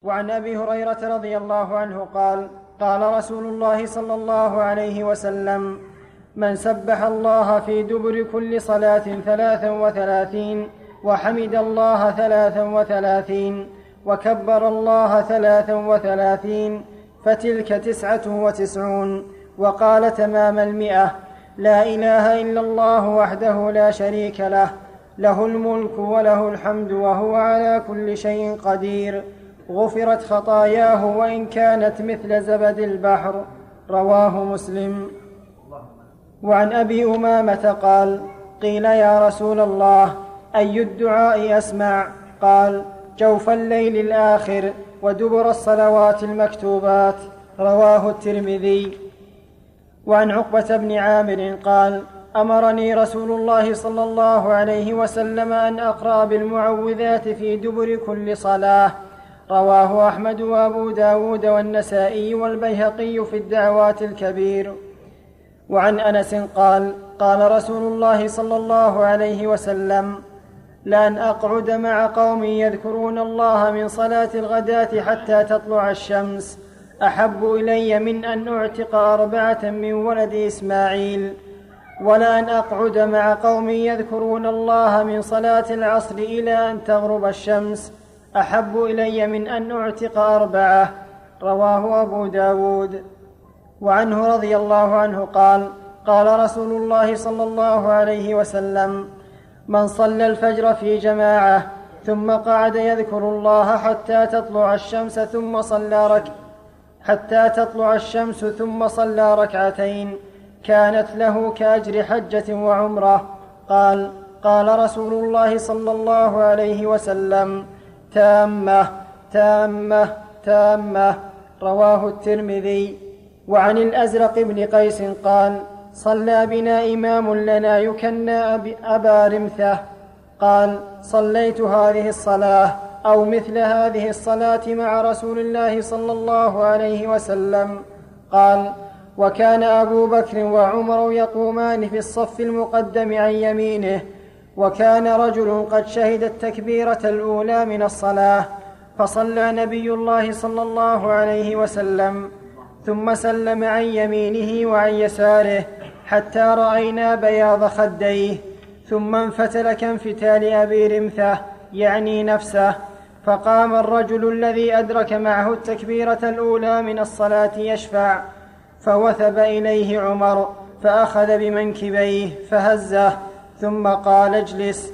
وعن أبي هريرة رضي الله عنه قال قال رسول الله صلى الله عليه وسلم: من سبح الله في دبر كل صلاة 33 وحمد الله 33 وكبر الله 33 فتلك 99 وقال تمام 100: لا إله إلا الله وحده لا شريك له، له الملك وله الحمد وهو على كل شيء قدير، غفرت خطاياه وإن كانت مثل زبد البحر. رواه مسلم. وعن أبي أمامة قال: قيل يا رسول الله أي الدعاء أسمع؟ قال: جوف الليل الآخر ودبر الصلوات المكتوبات. رواه الترمذي. وعن عقبة بن عامر قال: أمرني رسول الله صلى الله عليه وسلم أن أقرأ بالمعوذات في دبر كل صلاة. رواه أحمد وأبو داود والنسائي والبيهقي في الدعوات الكبير. وعن أنس قال: قال رسول الله صلى الله عليه وسلم: لأن أقعد مع قوم يذكرون الله من صلاة الغداة حتى تطلع الشمس أحب إلي من أن أعتق 4 من ولد إسماعيل، ولأن أقعد مع قوم يذكرون الله من صلاة العصر إلى أن تغرب الشمس أحب إلي من أن أعتق 4. رواه أبو داود. وعنه رضي الله عنه قال: قال رسول الله صلى الله عليه وسلم: من صلى الفجر في جماعة ثم قعد يذكر الله حتى تطلع الشمس ثم صلى ركعتين كانت له كأجر حجة وعمرة. قال رسول الله صلى الله عليه وسلم: تامة تامة تامة. رواه الترمذي. وعن الأزرق بن قيس قال: صلى بنا إمام لنا يكنى أبا رمثة، قال: صليت هذه الصلاة أو مثل هذه الصلاة مع رسول الله صلى الله عليه وسلم. قال: وكان أبو بكر وعمر يقومان في الصف المقدم عن يمينه، وكان رجل قد شهد التكبيرة الأولى من الصلاة فصلى نبي الله صلى الله عليه وسلم ثم سلم عن يمينه وعن يساره حتى رأينا بياض خديه، ثم انفتل كانفتال أبي رمثة يعني نفسه، فقام الرجل الذي أدرك معه التكبيرة الأولى من الصلاة يشفع، فوثب إليه عمر فأخذ بمنكبيه فهزه ثم قال: اجلس،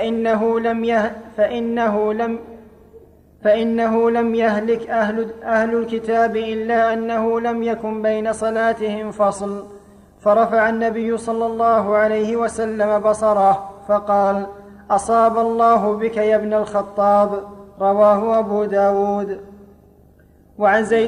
فإنه لم يهلك أهل الكتاب إلا أنه لم يكن بين صلاتهم فصل. فرفع النبي صلى الله عليه وسلم بصره فقال: أصاب الله بك يا ابن الخطاب. رواه أبو داود. وعن زيد.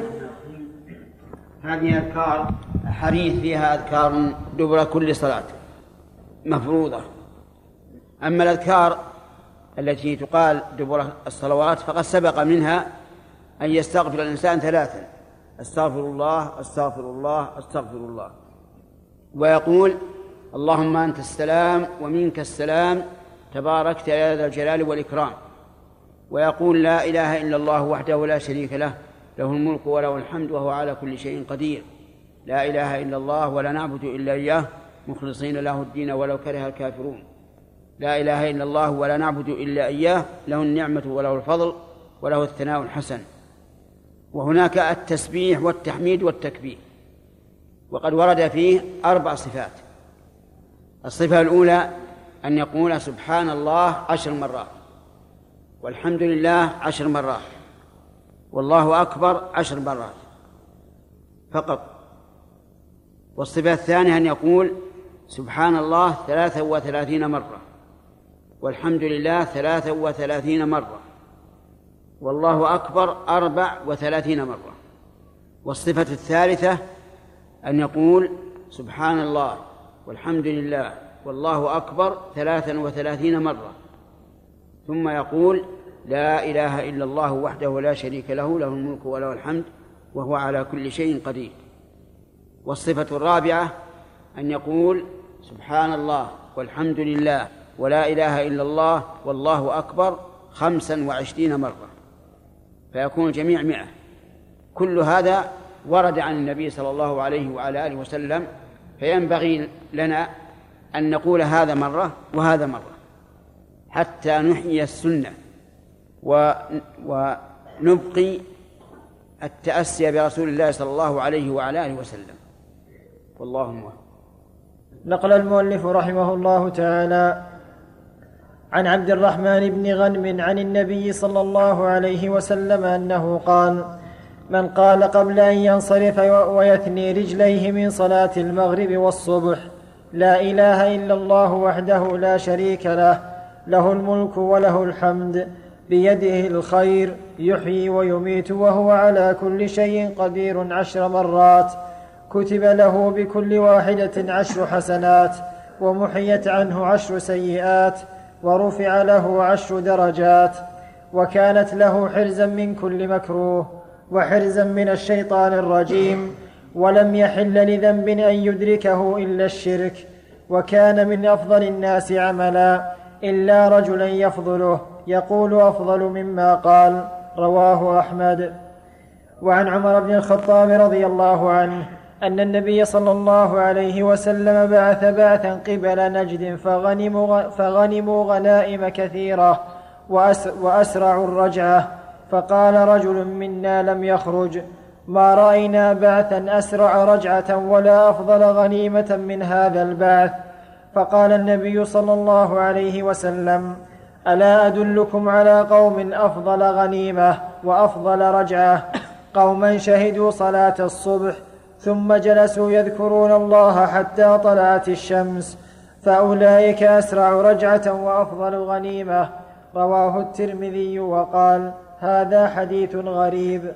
هذه أذكار حديث فيها أذكار دبر كل صلاة مفروضة. أما الأذكار التي تقال دبر الصلوات فقد سبق منها أن يستغفر الإنسان 3: أستغفر الله أستغفر الله أستغفر الله، ويقول: اللهم أنت السلام ومنك السلام تباركت يا ذا الجلال والإكرام، ويقول: لا إله إلا الله وحده لا شريك له، له الملك وله الحمد وهو على كل شيء قدير، لا إله إلا الله ولا نعبد إلا إياه مخلصين له الدين ولو كره الكافرون، لا إله إلا الله ولا نعبد إلا إياه له النعمة وله الفضل وله الثناء الحسن. وهناك التسبيح والتحميد والتكبير، وقد ورد فيه 4 صفات. الصفة الأولى أن يقول سبحان الله 10 مرات، والحمد لله 10 مرات، والله أكبر 10 مرات فقط. والصفة الثانية أن يقول سبحان الله 33 مرة، والحمد لله 33 مرة، والله أكبر 34 مرة. والصفة الثالثة أن يقول سبحان الله والحمد لله والله أكبر 33 مرة، ثم يقول لا إله إلا الله وحده لا شريك له، له الملك وله الحمد وهو على كل شيء قدير. والصفة الرابعة أن يقول سبحان الله والحمد لله ولا إله إلا الله والله أكبر 25 مرة. فيكون الجميع 100. كل هذا ورد عن النبي صلى الله عليه وعلى آله وسلم، فينبغي لنا أن نقول هذا مرة وهذا مرة حتى نحيي السنة ونبقي التأسي برسول الله صلى الله عليه وعلى آله وسلم. والله موفق. نقل المؤلف رحمه الله تعالى عن عبد الرحمن بن غنم عن النبي صلى الله عليه وسلم أنه قال: من قال قبل أن ينصرف ويثني رجليه من صلاة المغرب والصبح: لا إله إلا الله وحده لا شريك له، له الملك وله الحمد، بيده الخير، يحيي ويميت وهو على كل شيء قدير 10 مرات، كتب له بكل واحدة 10 حسنات، ومحيت عنه 10 سيئات، ورفع له 10 درجات، وكانت له حرزا من كل مكروه، وحرزا من الشيطان الرجيم، ولم يحل لذنب أن يدركه إلا الشرك. وكان من أفضل الناس عملا إلا رجلا يفضله يقول أفضل مما قال. رواه أحمد. وعن عمر بن الخطاب رضي الله عنه أن النبي صلى الله عليه وسلم بعث بعثا قبل نجد فغنموا غنائم كثيرة وأسرعوا الرجعة، فقال رجل منا لم يخرج: ما رأينا بعثا أسرع رجعة ولا أفضل غنيمة من هذا البعث. فقال النبي صلى الله عليه وسلم: ألا أدلكم على قوم أفضل غنيمة وأفضل رجعة؟ قوما شهدوا صلاة الصبح ثم جلسوا يذكرون الله حتى طلعت الشمس، فأولئك أسرع رجعة وأفضل غنيمة. رواه الترمذي وقال: هذا حديث غريب.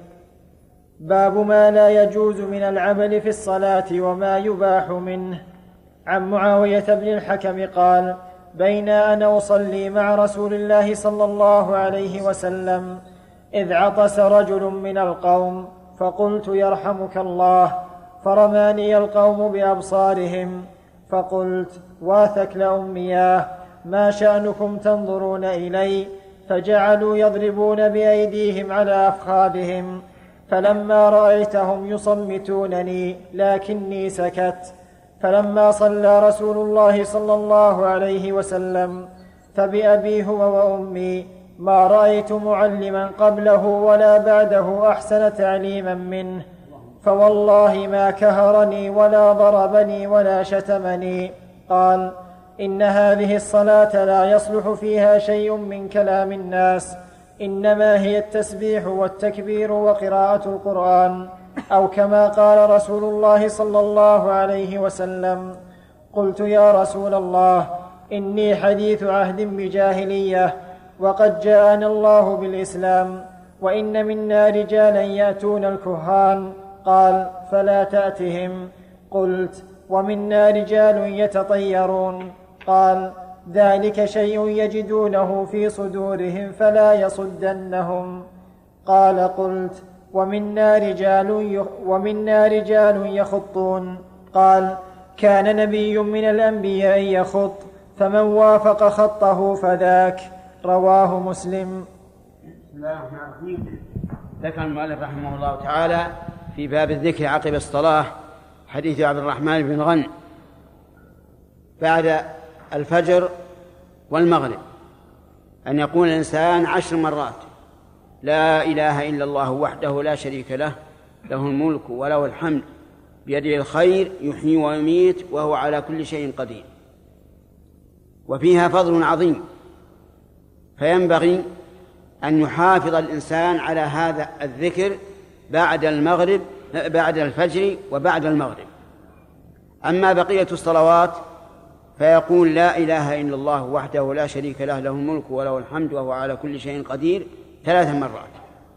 باب ما لا يجوز من العمل في الصلاة وما يباح منه. عن معاوية بن الحكم قال: بين أنا أصلي مع رسول الله صلى الله عليه وسلم إذ عطس رجل من القوم، فقلت: يرحمك الله، فرماني القوم بأبصارهم، فقلت: واثكل أمياه، ما شأنكم تنظرون إلي؟ فجعلوا يضربون بأيديهم على أفخاذهم، فلما رأيتهم يصمتونني لكني سكت. فلما صلى رسول الله صلى الله عليه وسلم فبأبي هو وأمي ما رأيت معلما قبله ولا بعده أحسن تعليما منه، فوالله ما كهرني ولا ضربني ولا شتمني. قال: إن هذه الصلاة لا يصلح فيها شيء من كلام الناس، إنما هي التسبيح والتكبير وقراءة القرآن، أو كما قال رسول الله صلى الله عليه وسلم. قلت: يا رسول الله، إني حديث عهد بجاهلية، وقد جاءنا الله بالإسلام، وإن منا رجالا يأتون الكهان. قال: فلا تأتهم. قلت: ومنا رجال يتطيرون. قال: ذلك شيء يجدونه في صدورهم فلا يصدنهم. قال: قلت: ومنا رجال يخطون. قال: كان نبي من الأنبياء يخط، فمن وافق خطه فذاك. رواه مسلم. بسم الله الرحمن الرحيم. ذكر المؤلف رحمه الله تعالى في باب الذكر عقب الصلاة حديث عبد الرحمن بن غنم بعد الفجر والمغرب أن يقول الإنسان 10 مرات: لا إله إلا الله وحده لا شريك له، له الملك وله الحمد، بيده الخير، يحيي ويميت وهو على كل شيء قدير. وفيها فضل عظيم، فينبغي أن يحافظ الإنسان على هذا الذكر بعد الفجر وبعد المغرب. أما بقية الصلوات فيقول: لا إله إلا الله وحده لا شريك له، له الملك وله الحمد وهو على كل شيء قدير 3 مرات.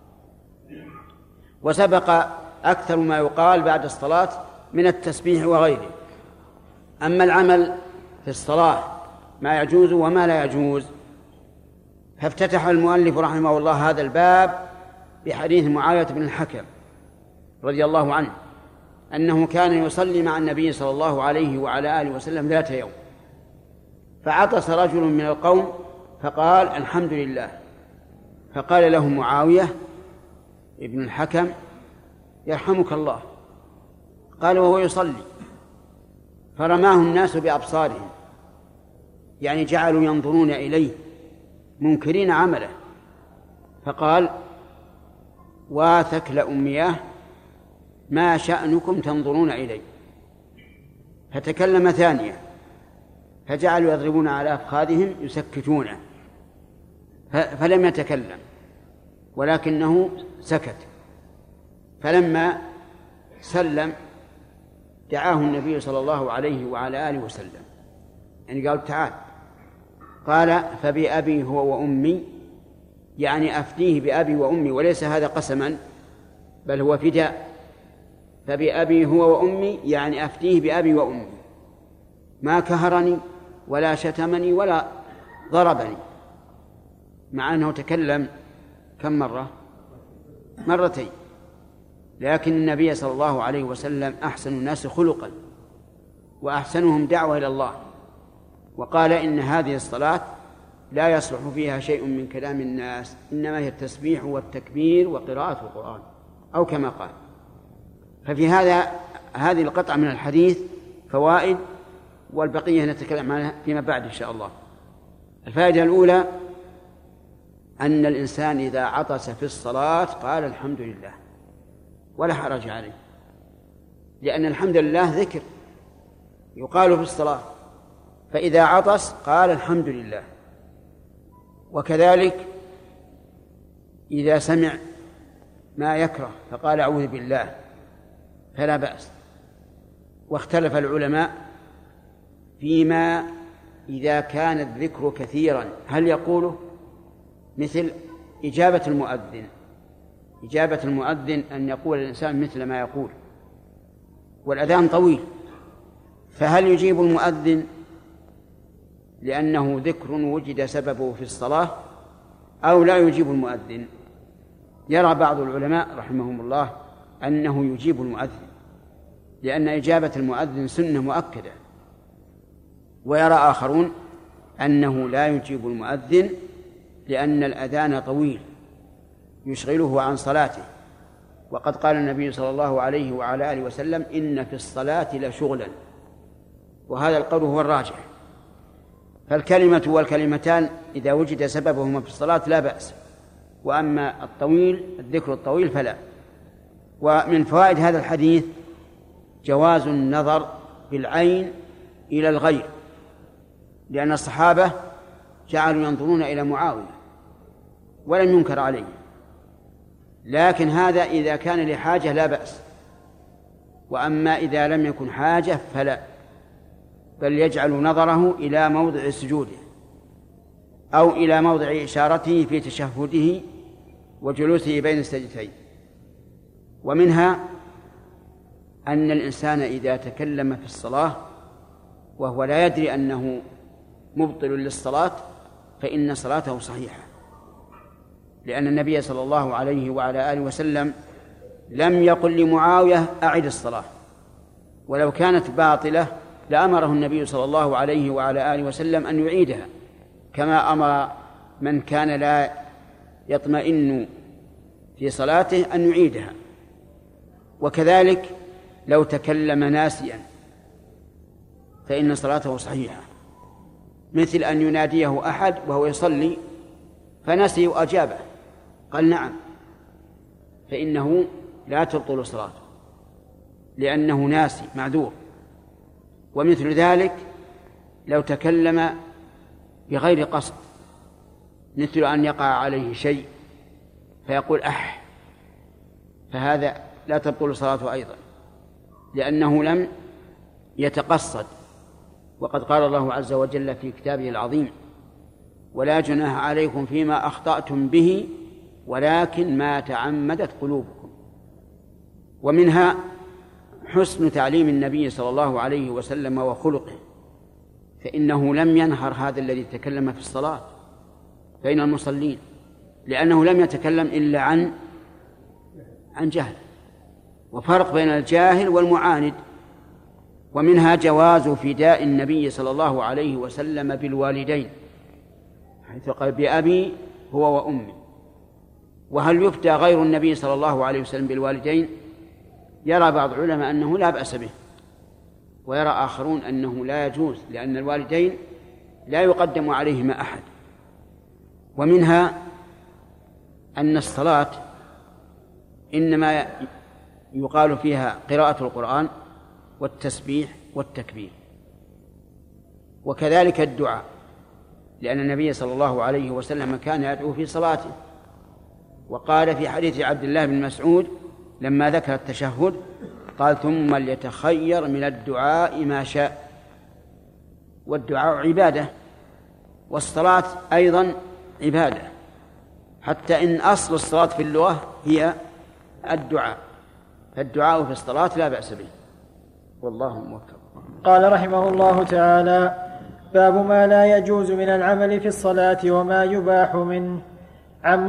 وسبق أكثر ما يقال بعد الصلاة من التسبيح وغيره. أما العمل في الصلاة ما يجوز وما لا يجوز، فافتتح المؤلف رحمه الله هذا الباب بحديث معاوية بن الحكم رضي الله عنه أنه كان يصلي مع النبي صلى الله عليه وعلى آله وسلم ذات يوم، فعطس رجل من القوم فقال: الحمد لله. فقال له معاوية: ابن الحكم يرحمك الله، قال وهو يصلي فرماه الناس بأبصارهم، يعني جعلوا ينظرون إليه منكرين عمله، فقال واثك لأمياه ما شأنكم تنظرون إلي، فتكلم ثانية فجعلوا يضربون على أفخاذهم يسكتونه، فلم يتكلم ولكنه سكت. فلما سلم دعاه النبي صلى الله عليه وعلى آله وسلم، يعني قال تعال، قال فبأبي هو وأمي، يعني أفديه بأبي وأمي، وليس هذا قسما بل هو فداء. فبأبي هو وأمي يعني أفديه بأبي وأمي، ما كهرني ولا شتمني ولا ضربني، مع أنه تكلم كم مرة؟ مرتين. لكن النبي صلى الله عليه وسلم أحسن الناس خلقا وأحسنهم دعوة إلى الله، وقال إن هذه الصلاة لا يصلح فيها شيء من كلام الناس، إنما هي التسبيح والتكبير وقراءة القرآن، أو كما قال. ففي هذه القطعة من الحديث فوائد، والبقية نتكلم عنها فيما بعد إن شاء الله. الفائدة الأولى أن الإنسان إذا عطس في الصلاة قال الحمد لله ولا حرج عليه، لأن الحمد لله ذكر يقال في الصلاة، فإذا عطس قال الحمد لله. وكذلك إذا سمع ما يكره فقال أعوذ بالله فلا بأس. واختلف العلماء فيما إذا كان الذكر كثيرا هل يقوله، مثل إجابة المؤذن. إجابة المؤذن أن يقول الإنسان مثل ما يقول، والأذان طويل، فهل يجيب المؤذن لأنه ذكر وجد سببه في الصلاة أو لا يجيب المؤذن؟ يرى بعض العلماء رحمهم الله أنه يجيب المؤذن، لأن إجابة المؤذن سنة مؤكدة، ويرى آخرون أنه لا يجيب المؤذن لأن الأذان طويل يشغله عن صلاته، وقد قال النبي صلى الله عليه وعلى آله وسلم إن في الصلاة لشغلا، وهذا القول هو الراجح. فالكلمة والكلمتان إذا وجد سببهما في الصلاة لا بأس، وأما الطويل الذكر الطويل فلا. ومن فوائد هذا الحديث جواز النظر بالعين إلى الغير، لأن الصحابة جعلوا ينظرون إلى معاوية ولم ينكر عليه، لكن هذا إذا كان لحاجة لا بأس، وأما إذا لم يكن حاجة فلا، بل يجعل نظره إلى موضع سجوده أو إلى موضع إشارته في تشهده وجلوسه بين السجدتين. ومنها أن الإنسان إذا تكلم في الصلاة وهو لا يدري أنه مبطل للصلاة فإن صلاته صحيحة، لأن النبي صلى الله عليه وعلى آله وسلم لم يقل لمعاوية أعد الصلاة، ولو كانت باطلة لأمره النبي صلى الله عليه وعلى آله وسلم أن يعيدها، كما أمر من كان لا يطمئن في صلاته أن يعيدها. وكذلك لو تكلم ناسيا فإن صلاته صحيحة، مثل أن يناديه أحد وهو يصلي فنسي وأجابه قال نعم، فإنه لا تبطل صلاته لأنه ناسي معذور. ومثل ذلك لو تكلم بغير قصد، مثل أن يقع عليه شيء فيقول فهذا لا تبطل صلاته أيضا لأنه لم يتقصد. وقد قال الله عز وجل في كتابه العظيم ولا جناح عليكم فيما أخطأتم به ولكن ما تعمدت قلوبكم. ومنها حسن تعليم النبي صلى الله عليه وسلم وخلقه، فإنه لم ينهر هذا الذي تكلم في الصلاة بين المصلين، لأنه لم يتكلم إلا عن جهل، وفرق بين الجاهل والمعاند. ومنها جواز فداء النبي صلى الله عليه وسلم بالوالدين، حيث قال بأبي هو وأمي، وهل يفتى غير النبي صلى الله عليه وسلم بالوالدين؟ يرى بعض العلماء أنه لا بأس به، ويرى آخرون أنه لا يجوز، لأن الوالدين لا يقدم عليهما أحد. ومنها أن الصلاة إنما يقال فيها قراءة القرآن والتسبيح والتكبير، وكذلك الدعاء، لأن النبي صلى الله عليه وسلم كان يدعو في صلاته، وقال في حديث عبد الله بن مسعود لما ذكر التشهد قال: ثم ليتخير من الدعاء ما شاء. والدعاء عبادة، والصلاة أيضا عبادة، حتى إن أصل الصلاة في اللغة هي الدعاء، فالدعاء في الصلاة لا بأس به، والله موفق. قال رحمه الله تعالى: باب ما لا يجوز من العمل في الصلاة وما يباح منه. عن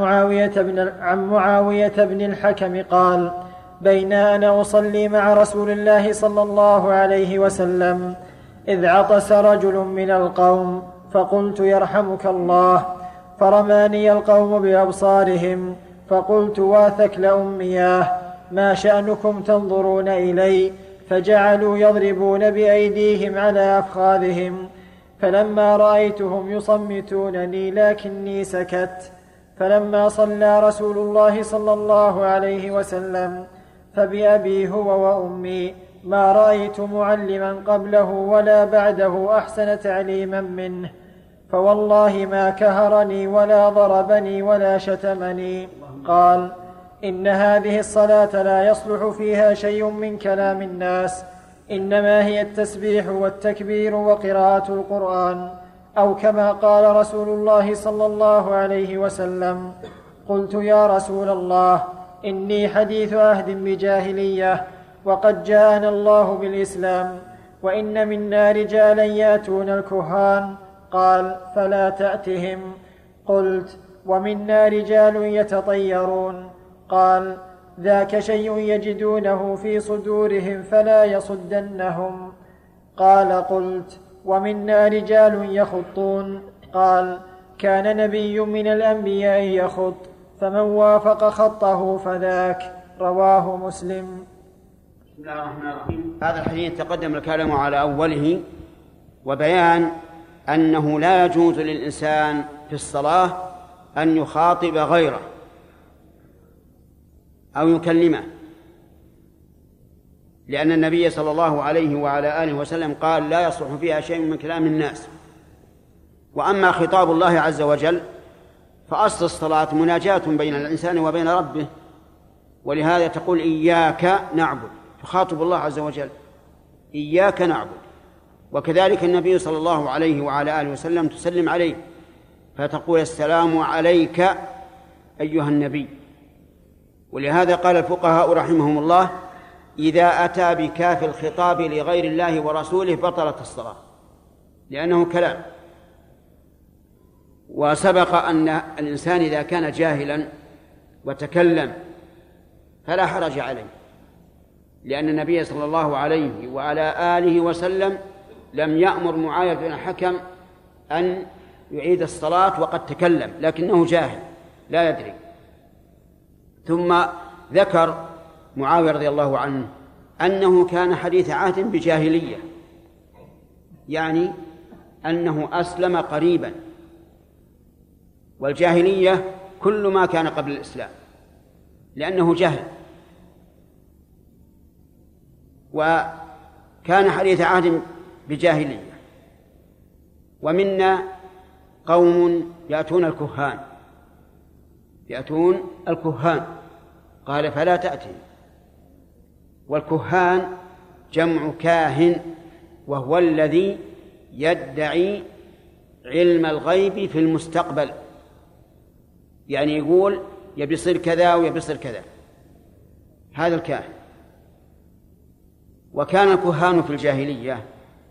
معاوية بن الحكم قال: بين أنا أصلي مع رسول الله صلى الله عليه وسلم إذ عطس رجل من القوم فقلت: يرحمك الله، فرماني القوم بأبصارهم، فقلت: واثكل أمياه، ما شأنكم تنظرون إلي؟ فجعلوا يضربون بأيديهم على أفخاذهم، فلما رأيتهم يصمتونني لكني سكت. فلما صلى رسول الله صلى الله عليه وسلم فبأبي هو وأمي ما رأيت معلما قبله ولا بعده أحسن تعليما منه، فوالله ما كهرني ولا ضربني ولا شتمني. قال: إن هذه الصلاة لا يصلح فيها شيء من كلام الناس، إنما هي التسبيح والتكبير وقراءة القرآن، أو كما قال رسول الله صلى الله عليه وسلم. قلت: يا رسول الله، إني حديث عهد بجاهلية، وقد جاءنا الله بالإسلام، وإن منا رجالا يأتون الكهان. قال: فلا تأتهم. قلت: ومنا رجال يتطيرون. قال: ذاك شيء يجدونه في صدورهم فلا يصدنهم. قال: قلت: ومنا رجال يخطون. قال: كان نبي من الأنبياء يخط، فمن وافق خطه فذاك. رواه مسلم. بسم الله الرحمن الرحيم. هذا الحديث تقدم الكلام على أوله، وبيان أنه لا يجوز للإنسان في الصلاة أن يخاطب غيره أو يكلمه، لأن النبي صلى الله عليه وعلى آله وسلم قال: لا يصلح فيها شيء من كلام الناس. وأما خطاب الله عز وجل فأصل الصلاة مناجاة بين الإنسان وبين ربه، ولهذا تقول: إياك نعبد، تخاطب الله عز وجل، إياك نعبد. وكذلك النبي صلى الله عليه وعلى آله وسلم تسلم عليه فتقول: السلام عليك أيها النبي. ولهذا قال الفقهاء رحمهم الله: إذا أتى بكاف الخطاب لغير الله ورسوله بطلت الصلاة، لأنه كلام. وسبق أن الإنسان إذا كان جاهلا وتكلم فلا حرج عليه، لأن النبي صلى الله عليه وعلى آله وسلم لم يأمر معاوية بن الحكم أن يعيد الصلاة وقد تكلم، لكنه جاهل لا يدري. ثم ذكر معاوية رضي الله عنه أنه كان حديث عهد بجاهلية، يعني أنه أسلم قريبا، والجاهلية كل ما كان قبل الإسلام، لأنه جهل. وكان حديث عهد بجاهلية. ومنا قوم يأتون الكهان، قال: فلا تأتي. والكهان جمع كاهن، وهو الذي يدعي علم الغيب في المستقبل، يعني يقول يبصر كذا ويبصر كذا، هذا الكاهن. وكان الكهان في الجاهلية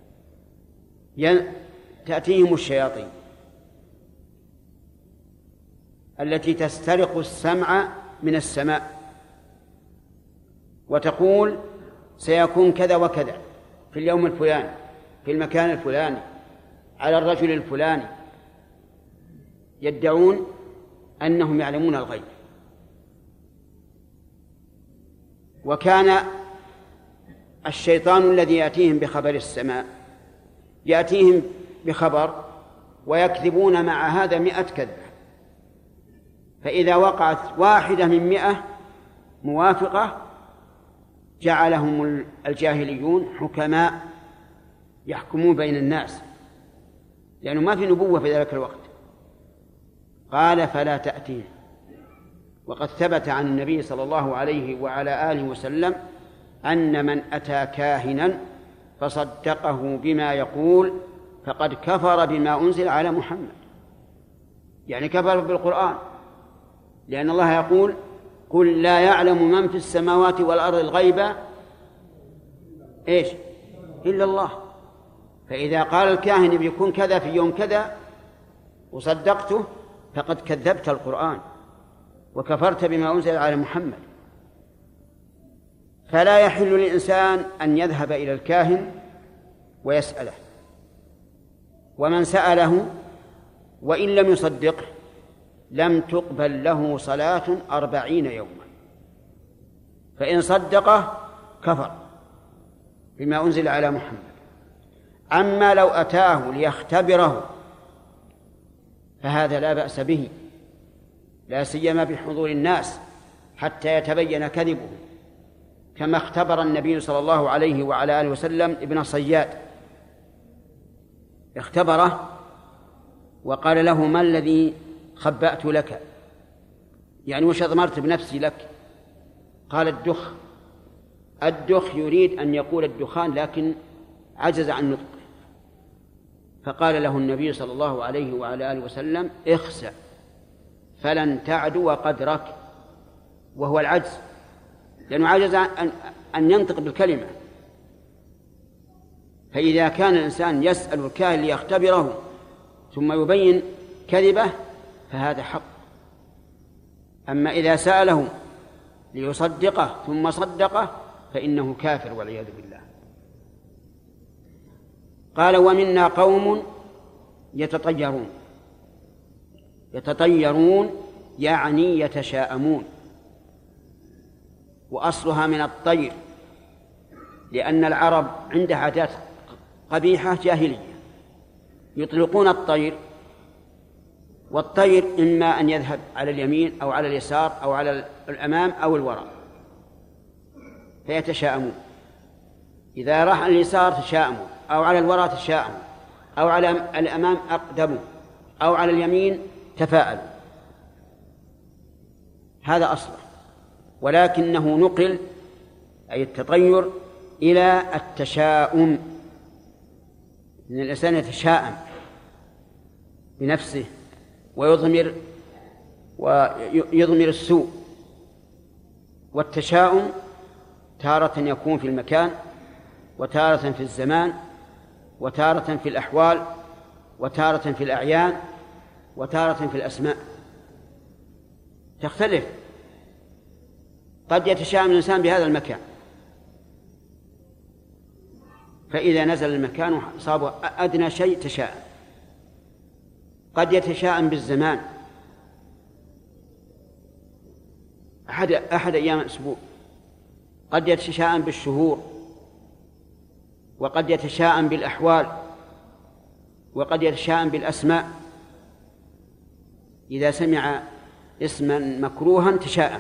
تأتيهم الشياطين التي تسترق السمع من السماء وتقول: سيكون كذا وكذا في اليوم الفلاني في المكان الفلاني على الرجل الفلاني. يدعون أنهم يعلمون الغيب، وكان الشيطان الذي يأتيهم بخبر السماء يأتيهم بخبر ويكذبون مع هذا 100 كذبة، فإذا وقعت واحدة من 100 موافقة جعلهم الجاهليون حكماء يحكمون بين الناس، لأنه ما في نبوة في ذلك الوقت. قال فلا تأتيه. وقد ثبت عن النبي صلى الله عليه وعلى آله وسلم أن من أتى كاهنا فصدقه بما يقول فقد كفر بما أنزل على محمد، يعني كفر بالقرآن، لأن الله يقول قل لا يعلم من في السماوات والأرض الغيب إلا الله. فإذا قال الكاهن بيكون كذا في يوم كذا وصدقته فقد كذبت القرآن وكفرت بما أنزل على محمد. فلا يحل للإنسان أن يذهب إلى الكاهن ويسأله، ومن سأله وإن لم يصدقه لم تقبل له صلاة 40 يوما، فإن صدقه كفر بما أنزل على محمد. أما لو أتاه ليختبره فهذا لا بأس به، لا سيما بحضور الناس حتى يتبين كذبه، كما اختبر النبي صلى الله عليه وعلى آله وسلم ابن صياد، اختبره وقال له ما الذي خبأت لك، يعني وش أضمرت بنفسي لك؟ قال الدخ يريد أن يقول الدخان لكن عجز عن نطقه، فقال له النبي صلى الله عليه وعلى آله وسلم اخسأ فلن تعدو قدرك، وهو العجز، لأنه عجز أن ينطق بالكلمة. فإذا كان الإنسان يسأل الكاهن ليختبره ثم يبين كذبه فهذا حق. أما إذا سأله ليصدقه ثم صدقه فإنه كافر والعياذ بالله. قال ومنا قوم يتطيرون يعني يتشاءمون، وأصلها من الطير، لأن العرب عندها عادات قبيحة جاهلية يطلقون الطير، والطير إما أن يذهب على اليمين أو على اليسار أو على الأمام أو الوراء فيتشاءمون، إذا راح على اليسار تشاءموا أو على الوراء تشاءموا أو على الأمام أقدموا أو على اليمين تفاءلوا، هذا أصله. ولكنه نقل أي التطير إلى التشاؤم، إن الإنسان يتشاءم بنفسه ويضمر السوء. والتشاؤم تارة يكون في المكان وتارة في الزمان وتارة في الأحوال وتارة في الأعيان وتارة في الأسماء، تختلف. قد يتشاءم الإنسان بهذا المكان فإذا نزل المكان وصاب أدنى شيء تشاءم، قد يتشاءم بالزمان أحد أيام الأسبوع، قد يتشاءم بالشهور، وقد يتشاءم بالأحوال، وقد يتشاءم بالأسماء. إذا سمع اسما مكروها تشاءم.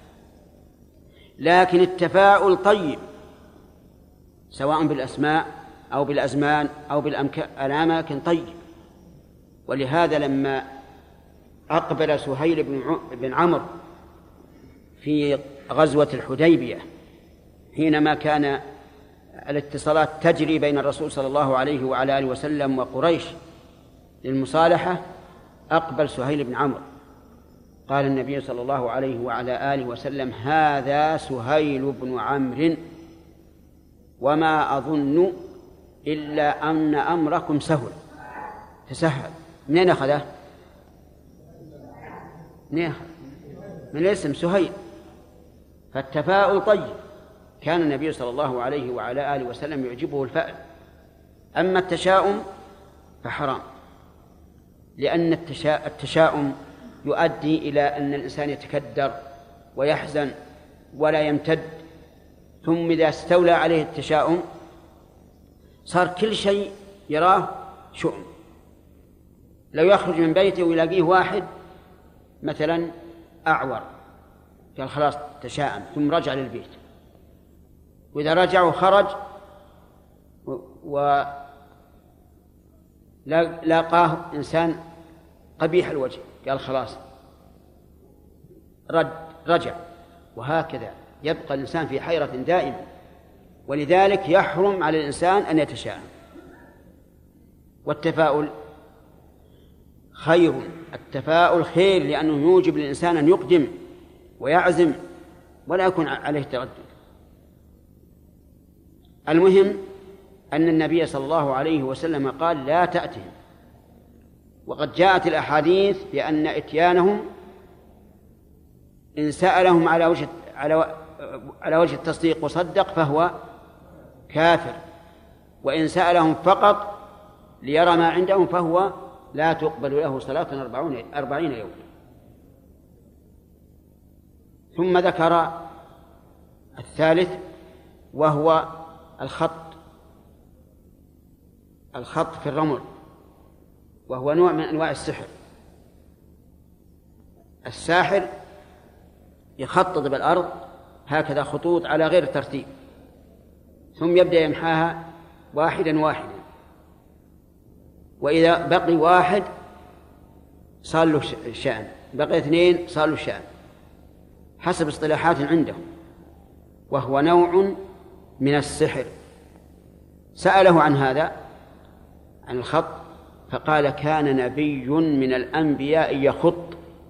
لكن التفاؤل طيب سواء بالأسماء أو بالأزمان أو بالأماكن طيب. ولهذا لما أقبل سهيل بن عمرو في غزوة الحديبية حينما كان الاتصالات تجري بين الرسول صلى الله عليه وعلى آله وسلم وقريش للمصالحة، أقبل سهيل بن عمرو قال النبي صلى الله عليه وعلى آله وسلم هذا سهيل بن عمرو وما أظن إلا أن أمركم سهل. تسهل منين أخذه؟ من الاسم سهيل. فالتفاؤل طيب، كان النبي صلى الله عليه وعلى آله وسلم يعجبه الفأل. أما التشاؤم فحرام، لأن التشاؤم يؤدي إلى أن الإنسان يتكدر ويحزن ولا يمتد ثم إذا استولى عليه التشاؤم صار كل شيء يراه شؤم. لو يخرج من بيته ويلاقيه واحد مثلا أعور قال خلاص تشاءم، ثم رجع للبيت، وإذا رجع وخرج ولاقاه إنسان قبيح الوجه قال خلاص رجع، وهكذا يبقى الإنسان في حيرة دائمة. ولذلك يحرم على الإنسان أن يتشاءم. والتفاؤل خير، التفاؤل خير، لأنه يوجب للإنسان أن يقدم ويعزم ولا يكون عليه تردد. المهم أن النبي صلى الله عليه وسلم قال لا تأتهم، وقد جاءت الأحاديث بأن إتيانهم إن سألهم على وجه التصديق وصدق فهو كافر، وإن سألهم فقط ليرى ما عندهم فهو لا تقبل له صلاة 40 يوم. ثم ذكر الثالث وهو الخط في الرمل، وهو نوع من أنواع السحر. الساحر يخطط بالأرض هكذا خطوط على غير ترتيب، ثم يبدأ يمحاها واحدا واحدا، وإذا بقي واحد صار له شأن، بقي اثنين صار له شأن، حسب اصطلاحات عندهم، وهو نوع من السحر. سأله عن هذا، عن الخط، فقال كان نبي من الأنبياء يخط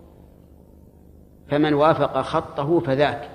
فمن وافق خطه فذاك.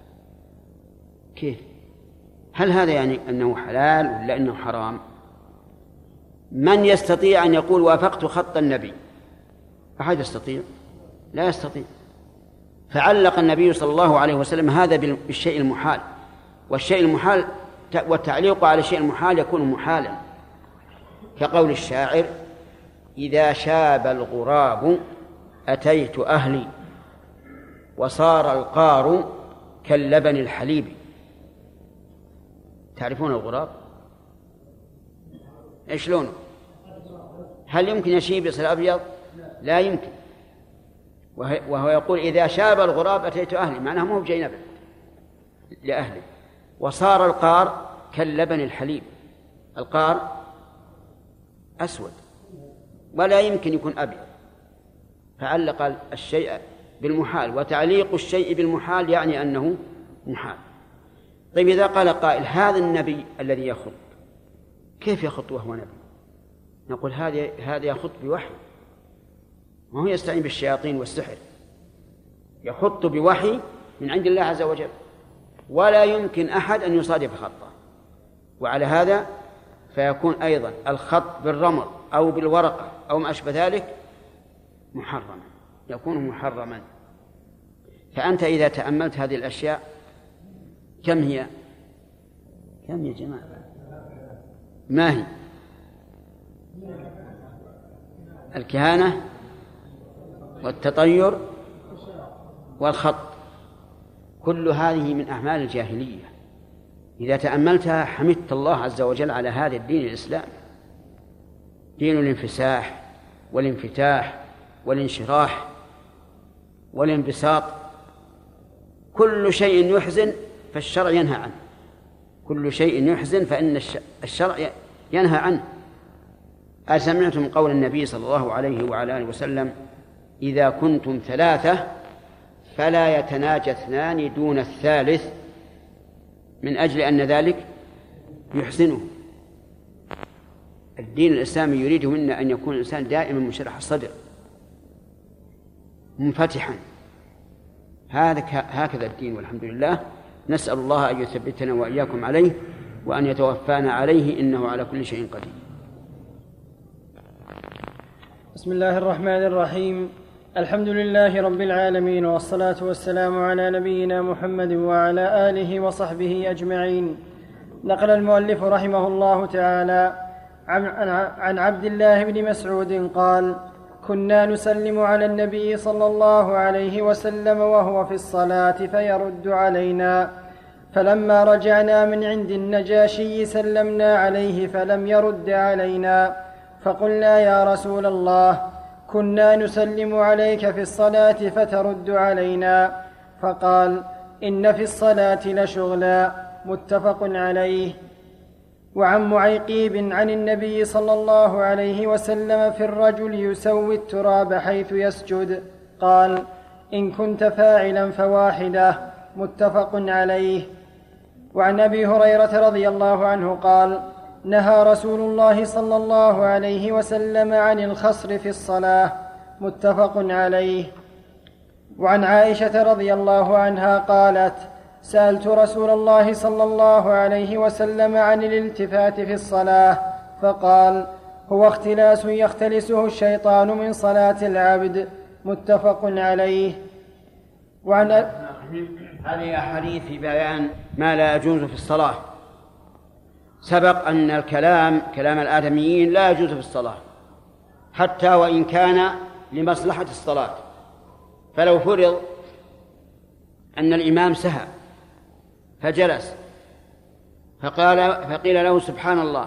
كيف؟ هل هذا يعني أنه حلال ولا أنه حرام؟ من يستطيع أن يقول وافقت خط النبي؟ أحد يستطيع؟ لا يستطيع. فعلق النبي صلى الله عليه وسلم هذا بالشيء المحال، والشيء المحال والتعليق على الشيء المحال يكون محالا، كقول الشاعر إذا شاب الغراب أتيت أهلي وصار القار كاللبن الحليب. تعرفون الغراب؟ إيش لونه؟ هل يمكن يشيب يصير أبيض؟ لا يمكن. وهو يقول إذا شاب الغراب أتيت أهلي، معناه مو بجاي نبت لأهله، وصار القار كاللبن الحليب. القار أسود ولا يمكن يكون أبيض، فعلق الشيء بالمحال، وتعليق الشيء بالمحال يعني أنه محال. طيب إذا قال قائل هذا النبي الذي يخط كيف يخط وهو نبي؟ نقول هذا يخط بوحي، ما هو يستعين بالشياطين والسحر، يخط بوحي من عند الله عز وجل، ولا يمكن أحد أن يصادف خطه. وعلى هذا فيكون أيضا الخط بالرمل أو بالورقة أو ما أشبه ذلك محرما، يكون محرما. فأنت إذا تأملت هذه الأشياء كم هي يا جماعة؟ ما هي؟ الكهانة والتطير والخط، كل هذه من أعمال الجاهلية. إذا تأملتها حمدت الله عز وجل على هذا الدين الإسلامي، دين الانفساح والانفتاح والانشراح والانبساط. كل شيء يحزن فالشرع ينهى عنه، كل شيء يحزن فإن الشرع ينهى عنه. أسمعتم قول النبي صلى الله عليه وعلى آله وسلم إذا كنتم 3 فلا يتناجى 2 دون الثالث، من أجل أن ذلك يحزنه. الدين الإسلامي يريد منا أن يكون الإنسان دائما منشرح الصدر منفتحا، هكذا الدين، والحمد لله. نسأل الله أن يثبتنا وإياكم عليه وأن يتوفانا عليه، إنه على كل شيء قدير. بسم الله الرحمن الرحيم. الحمد لله رب العالمين، والصلاة والسلام على نبينا محمد وعلى آله وصحبه أجمعين. نقل المؤلف رحمه الله تعالى عن عبد الله بن مسعود قال: كنا نسلم على النبي صلى الله عليه وسلم وهو في الصلاة فيرد علينا، فلما رجعنا من عند النجاشي سلمنا عليه فلم يرد علينا، فقلنا يا رسول الله كنا نسلم عليك في الصلاة فترد علينا، فقال إن في الصلاة لشغلا، متفق عليه. وعن معيقيب عن النبي صلى الله عليه وسلم في الرجل يسوي التراب حيث يسجد قال إن كنت فاعلا فواحدة، متفق عليه. وعن أبي هريرة رضي الله عنه قال نهى رسول الله صلى الله عليه وسلم عن الخصر في الصلاة، متفق عليه. وعن عائشة رضي الله عنها قالت سألت رسول الله صلى الله عليه وسلم عن الالتفات في الصلاة فقال هو اختلاس يختلسه الشيطان من صلاة العبد، متفق عليه. وعن هذه أحاديث في بيان ما لا يجوز في الصلاة. سبق أن كلام الآدميين لا يجوز في الصلاة حتى وإن كان لمصلحة الصلاة. فلو فرض أن الإمام سهى فجلس فقيل له سبحان الله،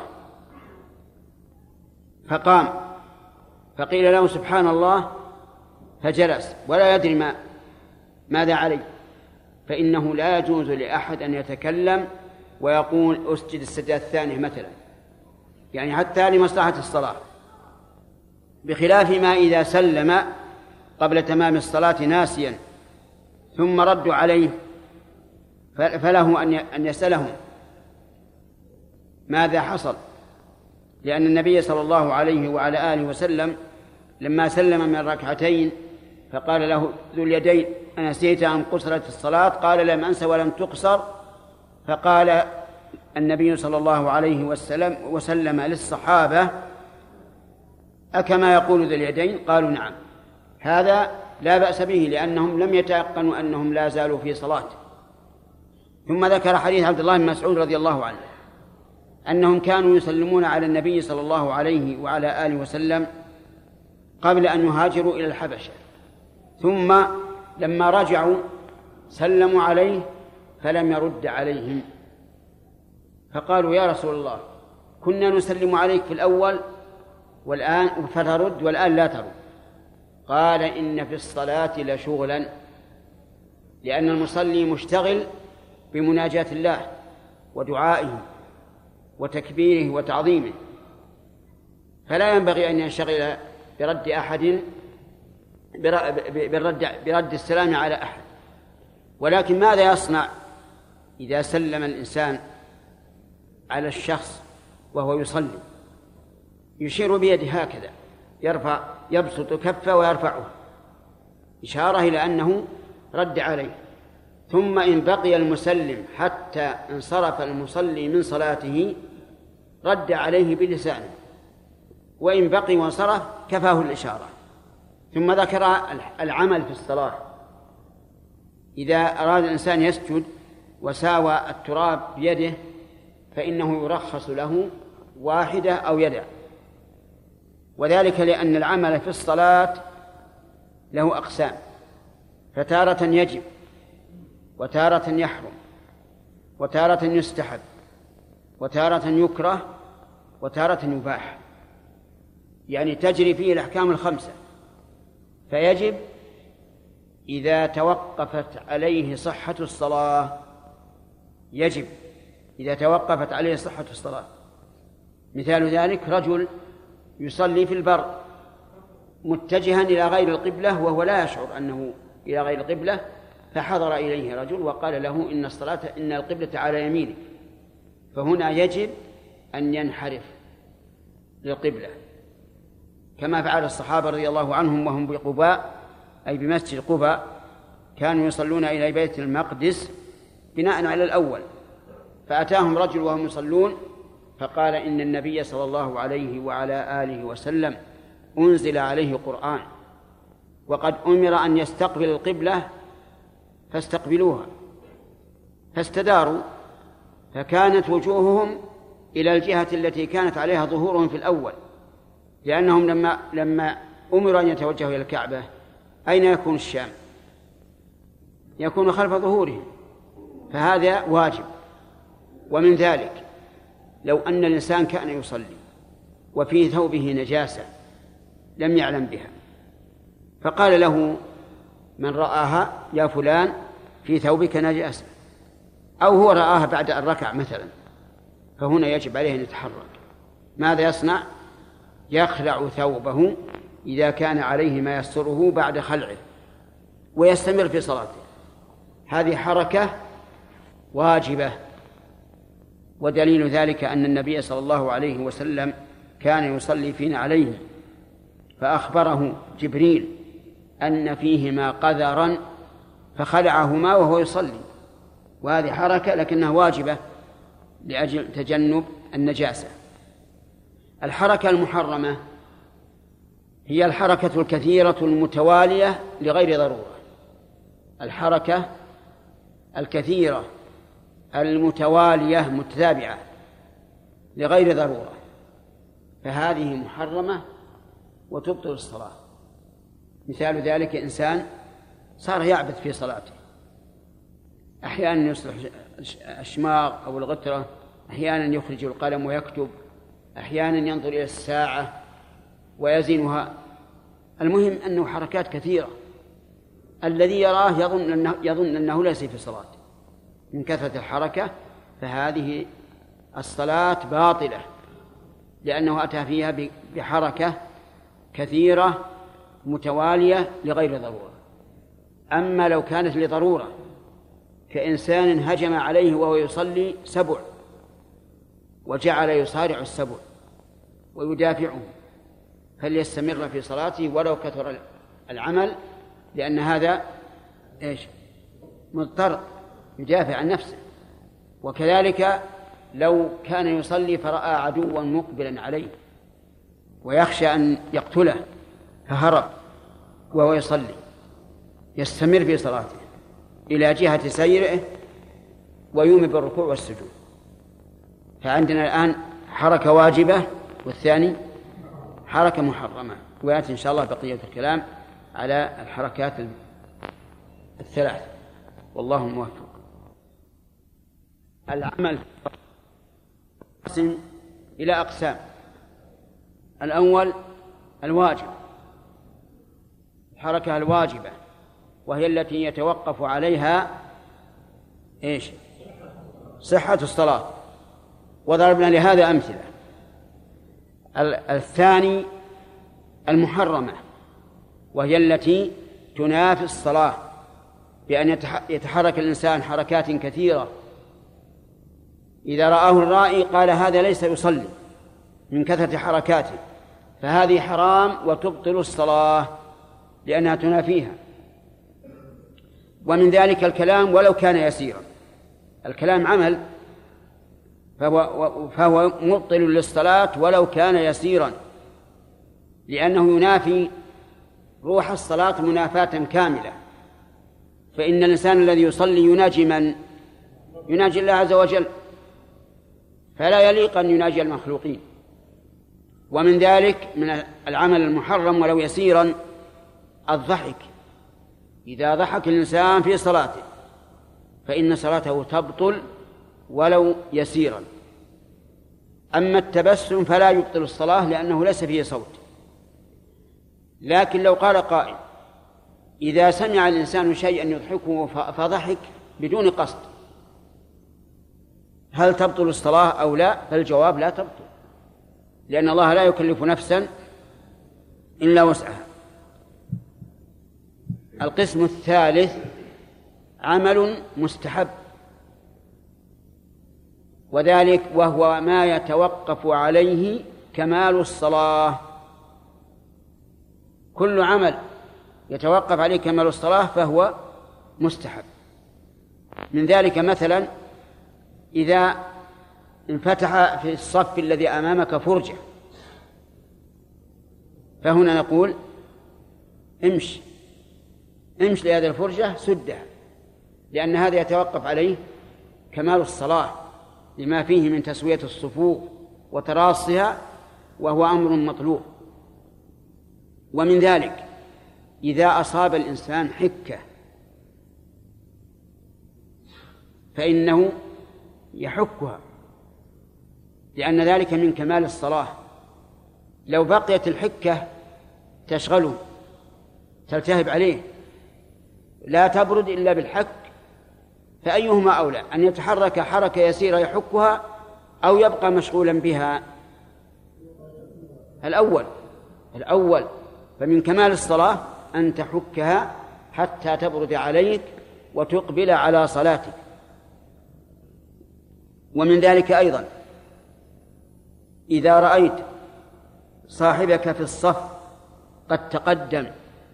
فقام فقيل له سبحان الله فجلس ولا يدري ماذا عليه، فإنه لا يجوز لأحد أن يتكلم ويقول أسجد السجدة الثانية مثلا، يعني حتى لمصلحة الصلاة، بخلاف ما إذا سلم قبل تمام الصلاة ناسيا ثم ردوا عليه فله أن يسألهم ماذا حصل، لأن النبي صلى الله عليه وعلى آله وسلم لما سلم من ركعتين فقال له ذو اليدين أنسيت أم قصرت الصلاة؟ قال لم أنس ولم تقصر. فقال النبي صلى الله عليه وسلم للصحابة أكما يقول ذو اليدين؟ قالوا نعم. هذا لا بأس به لأنهم لم يتيقنوا أنهم لا زالوا في صلاة. ثم ذكر حديث عبد الله بن مسعود رضي الله عنه أنهم كانوا يسلمون على النبي صلى الله عليه وعلى آله وسلم قبل أن يهاجروا إلى الحبشة، ثم لما رجعوا سلموا عليه فلم يرد عليهم، فقالوا يا رسول الله كنا نسلم عليك في الأول والآن فترد والآن لا ترد. قال إن في الصلاة لشغلا، لأن المصلي مشتغل بمناجاة الله ودعائه وتكبيره وتعظيمه، فلا ينبغي أن ينشغل برد أحد برد السلام على أحد. ولكن ماذا يصنع إذا سلم الإنسان على الشخص وهو يصلي؟ يشير بيده هكذا، يبسط كفه ويرفعه إشارة إلى أنه رد عليه. ثم إن بقي المسلم حتى انصرف المصلي من صلاته رد عليه بلسانه، وإن بقي وانصرف كفاه الإشارة. ثم ذكر العمل في الصلاة. إذا أراد الإنسان يسجد وساوى التراب بيده فإنه يرخص له واحدة أو يدع، وذلك لأن العمل في الصلاة له أقسام، فتارة يجب وتارة يحرم وتارة يستحب وتارة يكره وتارة يباح، يعني تجري فيه الأحكام الخمسة. فيجب إذا توقفت عليه صحة الصلاة، يجب إذا توقفت عليه صحة الصلاة. مثال ذلك رجل يصلي في البر متجها إلى غير القبلة وهو لا يشعر أنه إلى غير القبلة، فحضر إليه رجل وقال له إن القبلة على يمينك، فهنا يجب أن ينحرف للقبلة كما فعل الصحابة رضي الله عنهم وهم بقباء، أي بمسجد قباء، كانوا يصلون إلى بيت المقدس بناء على الأول، فأتاهم رجل وهم يصلون فقال إن النبي صلى الله عليه وعلى آله وسلم أنزل عليه قرآن وقد أمر أن يستقبل القبلة فاستقبلوها، فاستداروا فكانت وجوههم إلى الجهة التي كانت عليها ظهورهم في الأول، لأنهم لما أمروا أن يتوجهوا إلى الكعبة أين يكون الشام؟ يكون خلف ظهورهم، فهذا واجب. ومن ذلك لو أن الإنسان كان يصلي وفي ثوبه نجاسة لم يعلم بها، فقال له من رآها يا فلان في ثوبك نجاسة، أو هو رآها بعد أن ركع مثلا، فهنا يجب عليه أن يتحرك. ماذا يصنع؟ يخلع ثوبه إذا كان عليه ما يستره بعد خلعه ويستمر في صلاته. هذه حركة واجبة. ودليل ذلك أن النبي صلى الله عليه وسلم كان يصلي في نعليه فأخبره جبريل أن فيهما قذرا فخلعهما وهو يصلي، وهذه حركة لكنها واجبة لأجل تجنب النجاسة. الحركة المحرمة هي الحركة الكثيرة المتوالية لغير ضرورة. الحركة الكثيرة المتوالية متتابعة لغير ضرورة، فهذه محرمة وتبطل الصلاة. مثال ذلك إنسان صار يعبث في صلاته، أحيانا يصلح الشماغ أو الغترة، أحيانا يخرج القلم ويكتب، أحيانا ينظر إلى الساعة ويزنها. المهم أنه حركات كثيرة، الذي يراه يظن أنه ليس في صلاة من كثرة الحركة، فهذه الصلاة باطلة لأنه أتى فيها بحركة كثيرة متوالية لغير ضرورة. أما لو كانت لضرورة كإنسان هجم عليه وهو يصلي سبع وجعل يصارع السبع ويدافعه، فليستمر في صلاته ولو كثر العمل، لأن هذا مضطر يدافع عن نفسه. وكذلك لو كان يصلي فرأى عدوا مقبلا عليه ويخشى أن يقتله فهرب وهو يصلي، يستمر في صلاته إلى جهة سيره ويومي بالركوع والسجود. فعندنا الآن حركة واجبة والثاني حركة محرمة، ويأتي إن شاء الله بقية الكلام على الحركات الثلاث، والله موفق. العمل ينقسم إلى أقسام. الأول الواجب، الحركة الواجبة وهي التي يتوقف عليها صحة الصلاة، وضربنا لهذا أمثلة. الثاني المحرمة وهي التي تنافي الصلاة بأن يتحرك الإنسان حركات كثيرة، إذا رآه الرائي قال هذا ليس يصلي من كثرة حركاته، فهذه حرام وتبطل الصلاة لأنها تنافيها. ومن ذلك الكلام ولو كان يسيرا، الكلام عمل فهو مبطل للصلاة ولو كان يسيرا، لأنه ينافي روح الصلاة منافاة كاملة. فإن الإنسان الذي يصلي يناجي من؟ يناجي الله عز وجل، فلا يليق أن يناجي المخلوقين. ومن ذلك من العمل المحرم ولو يسيرا الضحك. إذا ضحك الإنسان في صلاته فإن صلاته تبطل ولو يسيرا. أما التبسم فلا يبطل الصلاة لأنه ليس فيه صوت. لكن لو قال قائل إذا سمع الإنسان شيئا يضحكه فضحك بدون قصد هل تبطل الصلاة أو لا؟ فالجواب لا تبطل، لأن الله لا يكلف نفسا إلا وسعها. القسم الثالث عمل مستحب، وذلك وهو ما يتوقف عليه كمال الصلاة. كل عمل يتوقف عليه كمال الصلاة فهو مستحب. من ذلك مثلا إذا انفتح في الصف الذي أمامك فرجة، فهنا نقول امش لهذه الفرجة سدها، لأن هذا يتوقف عليه كمال الصلاة لما فيه من تسوية الصفوف وتراصها، وهو أمر مطلوب. ومن ذلك إذا أصاب الإنسان حكة فإنه يحكها، لأن ذلك من كمال الصلاة. لو بقيت الحكة تشغله تلتهب عليه لا تبرد إلا بالحك، فأيهما أولى، أن يتحرك حركة يسيرة يحكها أو يبقى مشغولا بها؟ الأول. فمن كمال الصلاة أن تحكها حتى تبرد عليك وتقبل على صلاتك. ومن ذلك أيضا إذا رأيت صاحبك في الصف قد تقدم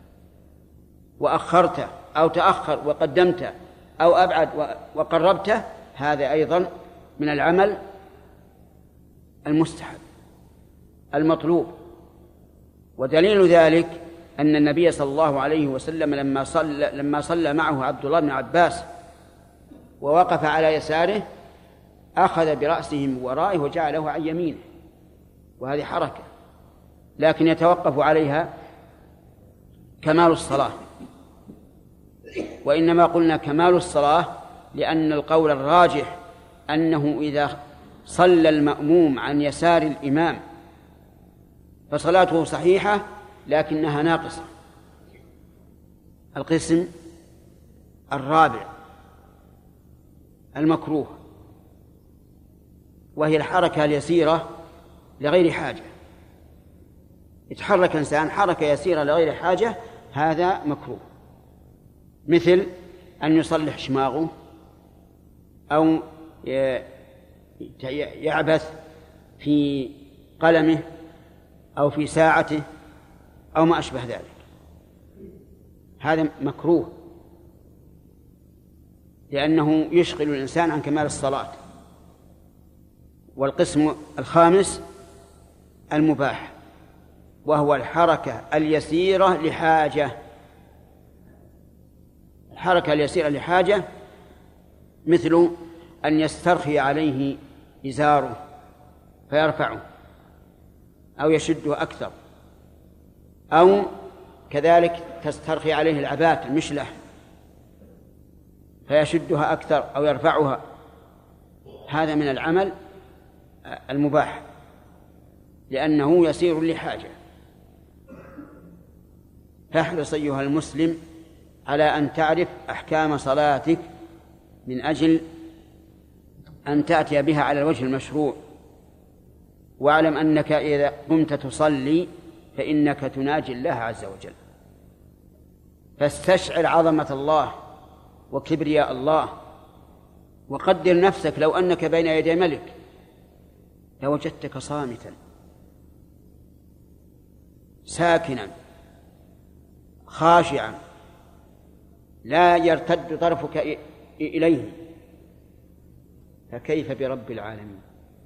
وأخرته أو تأخر وقدمته أو أبعد وقربته، هذا أيضا من العمل المستحب المطلوب. ودليل ذلك أن النبي صلى الله عليه وسلم لما صلى معه عبد الله بن عباس ووقف على يساره أخذ برأسه من ورائه وجعله عن يمينه، وهذه حركة لكن يتوقف عليها كمال الصلاة. وإنما قلنا كمال الصلاة لأن القول الراجح أنه إذا صلى المأموم عن يسار الإمام فصلاته صحيحة لكنها ناقصة. القسم الرابع المكروه، وهي الحركة اليسيرة لغير حاجة. يتحرك إنسان حركة يسيرة لغير حاجة، هذا مكروه، مثل أن يصلح شماغه أو يعبث في قلمه أو في ساعته أو ما أشبه ذلك، هذا مكروه لأنه يشغل الإنسان عن كمال الصلاة. والقسم الخامس المباح، وهو الحركة اليسيرة لحاجة. الحركة اليسيرة لحاجة مثل أن يسترخي عليه إزاره فيرفعه أو يشده أكثر، أو كذلك تسترخي عليه العباءة المشلة فيشدها أكثر أو يرفعها، هذا من العمل المباح لأنه يسير لحاجة. فاحرص أيها المسلم على أن تعرف أحكام صلاتك من أجل أن تأتي بها على الوجه المشروع. واعلم أنك إذا قمت تصلي فإنك تناجي الله عز وجل، فاستشعر عظمة الله وكبرياء الله، وقدر نفسك لو أنك بين يدي ملك لوجدتك صامتا ساكنا خاشعا لا يرتد طرفك إليه، فكيف برب العالمين؟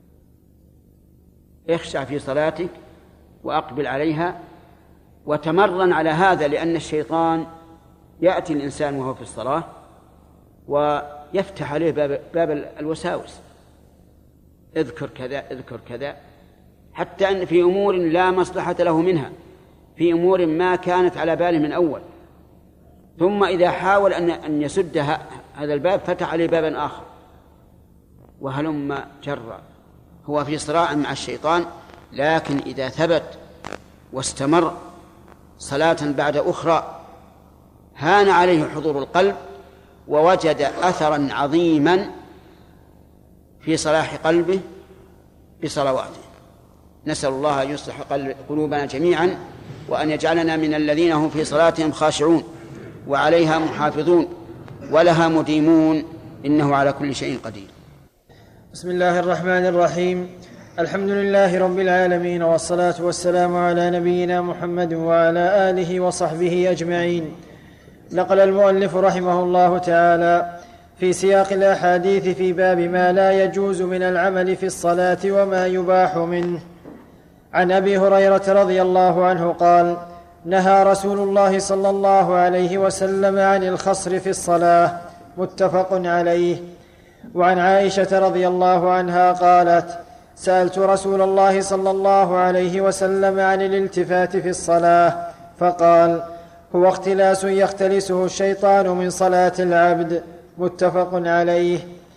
اخشع في صلاتك وأقبل عليها وتمرن على هذا، لأن الشيطان يأتي الإنسان وهو في الصلاة ويفتح عليه باب الوساوس، اذكر كذا اذكر كذا، حتى أن في أمور لا مصلحة له منها، في أمور ما كانت على باله من أول، ثم إذا حاول أن يسد هذا الباب فتح عليه بابا آخر، وهلم جرا. هو في صراع مع الشيطان، لكن إذا ثبت واستمر صلاة بعد أخرى هان عليه حضور القلب ووجد أثرا عظيما في صلاح قلبه بصلواته. نسأل الله أن يصلح قلوبنا جميعا، وأن يجعلنا من الذين هم في صلاتهم خاشعون وعليها محافظون ولها مديمون، إنه على كل شيء قدير. بسم الله الرحمن الرحيم. الحمد لله رب العالمين، والصلاة والسلام على نبينا محمد وعلى آله وصحبه أجمعين. نقل المؤلف رحمه الله تعالى في سياق الأحاديث في باب ما لا يجوز من العمل في الصلاة وما يباح منه. عن أبي هريرة رضي الله عنه قال: نهى رسول الله صلى الله عليه وسلم عن الخصر في الصلاة، متفق عليه. وعن عائشة رضي الله عنها قالت: سألت رسول الله صلى الله عليه وسلم عن الالتفات في الصلاة فقال: هو اختلاس يختلسه الشيطان من صلاة العبد، متفق عليه.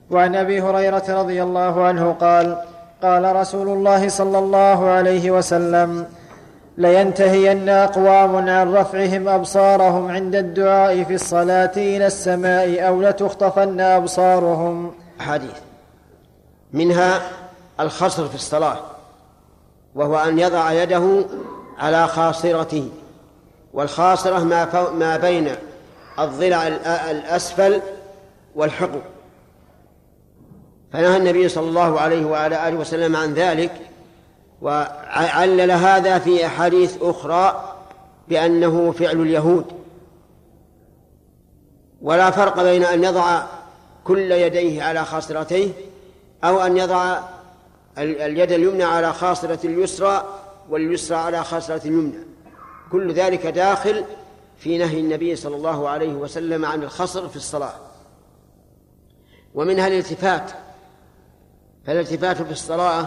وعن أبي هريرة رضي الله عنه قال قال رسول الله صلى الله عليه وسلم لينتهين أقوام عن رفعهم أبصارهم عند الدعاء في الصلاة إلى السماء أو لتخطفن أبصارهم. حديث منها الخصر في الصلاة، وهو أن يضع يده على خاصرته، والخاصرة ما بين الضلع الأسفل والحقو، فنهى النبي صلى الله عليه وعلى آله وسلم عن ذلك، وعلل هذا في أحاديث أخرى بأنه فعل اليهود. ولا فرق بين أن يضع كل يديه على خاصرتيه أو أن يضع اليد اليمنى على خاصرة اليسرى واليسرى على خاصرة اليمنى، كل ذلك داخل في نهي النبي صلى الله عليه وسلم عن الخصر في الصلاة. ومنها الالتفات، فالالتفات في الصلاة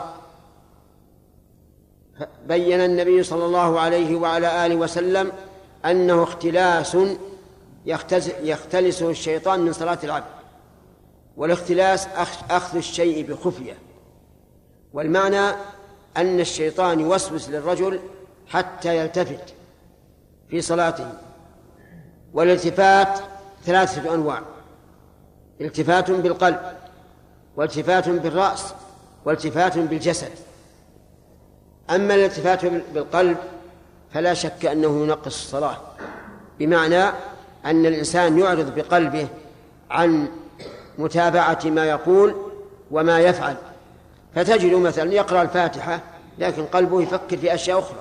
بين النبي صلى الله عليه وعلى آله وسلم أنه اختلاس يختلسه الشيطان من صلاة العبد، والاختلاس أخذ الشيء بخفية، والمعنى أن الشيطان يوسوس للرجل حتى يلتفت في صلاته. والالتفات 3 أنواع: التفات بالقلب، والتفات بالرأس، والتفات بالجسد. أما الالتفات بالقلب فلا شك أنه ينقص الصلاة، بمعنى أن الإنسان يعرض بقلبه عن متابعة ما يقول وما يفعل، فتجد مثلا يقرأ الفاتحة لكن قلبه يفكر في أشياء أخرى،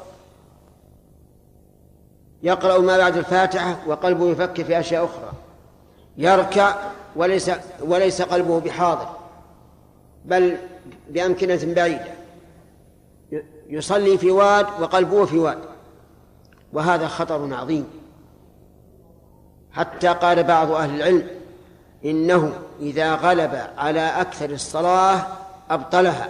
يقرأ ما بعد الفاتحة وقلبه يفكر في أشياء أخرى، يركع وليس قلبه بحاضر بل بأمكنة بعيدة، يصلي في واد وقلبه في واد، وهذا خطر عظيم. حتى قال بعض أهل العلم إنه إذا غلب على أكثر الصلاة أبطلها،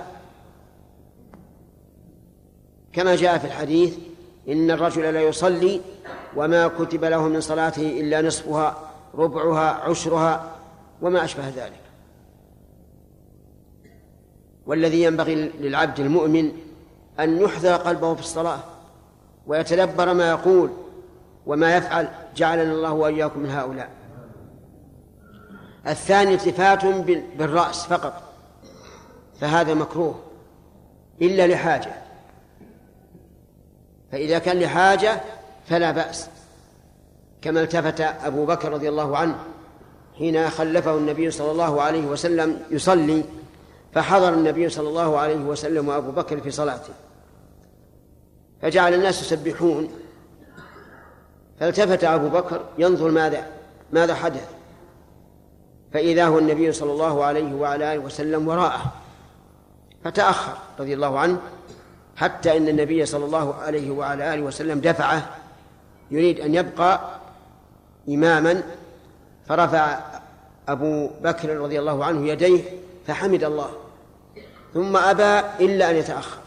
كما جاء في الحديث إن الرجل لا يصلي وما كتب له من صلاته إلا نصفها، ربعها، عشرها، وما أشبه ذلك. والذي ينبغي للعبد المؤمن أن يحذر قلبه في الصلاة ويتدبر ما يقول وما يفعل، جعلنا الله وإياكم من هؤلاء. الثاني التفات بالرأس فقط، فهذا مكروه إلا لحاجة، فإذا كان لحاجة فلا بأس، كما التفت أبو بكر رضي الله عنه حين خلفه النبي صلى الله عليه وسلم يصلي، فحضر النبي صلى الله عليه وسلم وأبو بكر في صلاته، فجعل الناس يسبحون، فالتفت أبو بكر ينظر ماذا حدث، فإذا هو النبي صلى الله عليه وعلى آله وسلم وراءه، فتأخر رضي الله عنه حتى إن النبي صلى الله عليه وعلى آله وسلم دفعه يريد أن يبقى إماما، فرفع أبو بكر رضي الله عنه يديه فحمد الله، ثم أبى إلا أن يتأخر.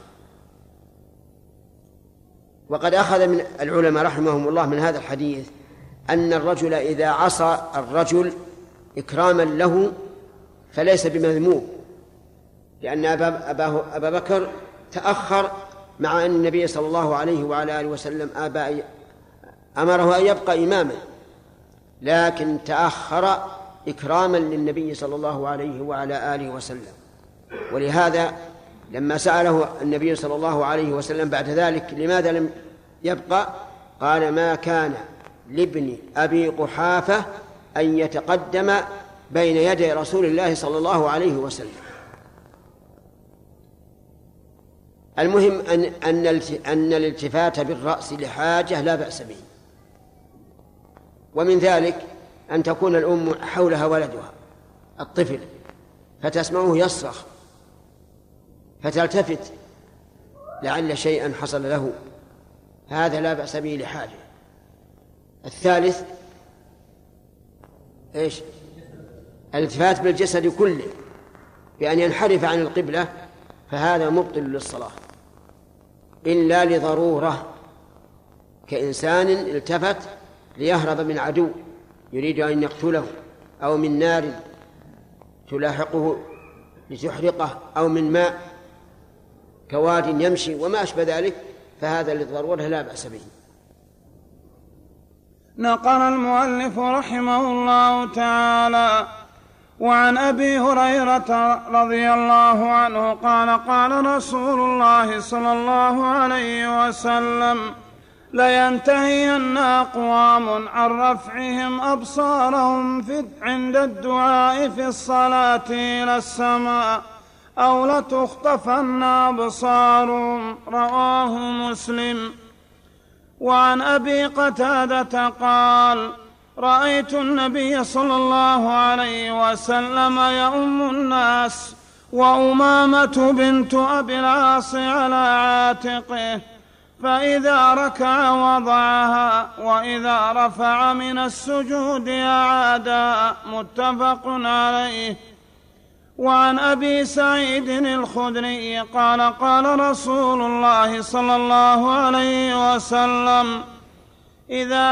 وقد أخذ من العلماء رحمهم الله من هذا الحديث أن الرجل إذا عصى الرجل إكراما له فليس بمذموم، لأن أبا بكر تأخر مع أن النبي صلى الله عليه وعلى آله وسلم أمره أن يبقى إماما، لكن تأخر إكراما للنبي صلى الله عليه وعلى آله وسلم. ولهذا لما سأله النبي صلى الله عليه وسلم بعد ذلك لماذا لم يبقى، قال: ما كان لابن أبي قحافة أن يتقدم بين يدي رسول الله صلى الله عليه وسلم. المهم أن الالتفات بالرأس لحاجة لا بأس به. ومن ذلك أن تكون الأم حولها ولدها الطفل فتسمعه يصرخ فتلتفت لعل شيئا حصل له، هذا لا بأس به لحاجة. الثالث إيش؟ الالتفات بالجسد كله بأن ينحرف عن القبلة، فهذا مبطل للصلاة إلا لضرورة، كإنسان التفت ليهرب من عدو يريد أن يقتله أو من نار تلاحقه لتحرقه أو من ماء كواد يمشي وما أشبه ذلك، فهذا للضرورة لا بأس به. نقل المؤلف رحمه الله تعالى: وعن أبي هريرة رضي الله عنه قال: قال رسول الله صلى الله عليه وسلم: لينتهين أقوام عن رفعهم أبصارهم عند الدعاء في الصلاة إلى السماء أو لتخطفن أبصارهم. رواه مسلم. وعن أبي قتادة قال: رأيت النبي صلى الله عليه وسلم يؤم الناس وأمامة بنت أبي العاص على عاتقه، فإذا ركع وضعها وإذا رفع من السجود أعادها. متفق عليه. وعن أبي سعيد الخدري قال: قال رسول الله صلى الله عليه وسلم: إذا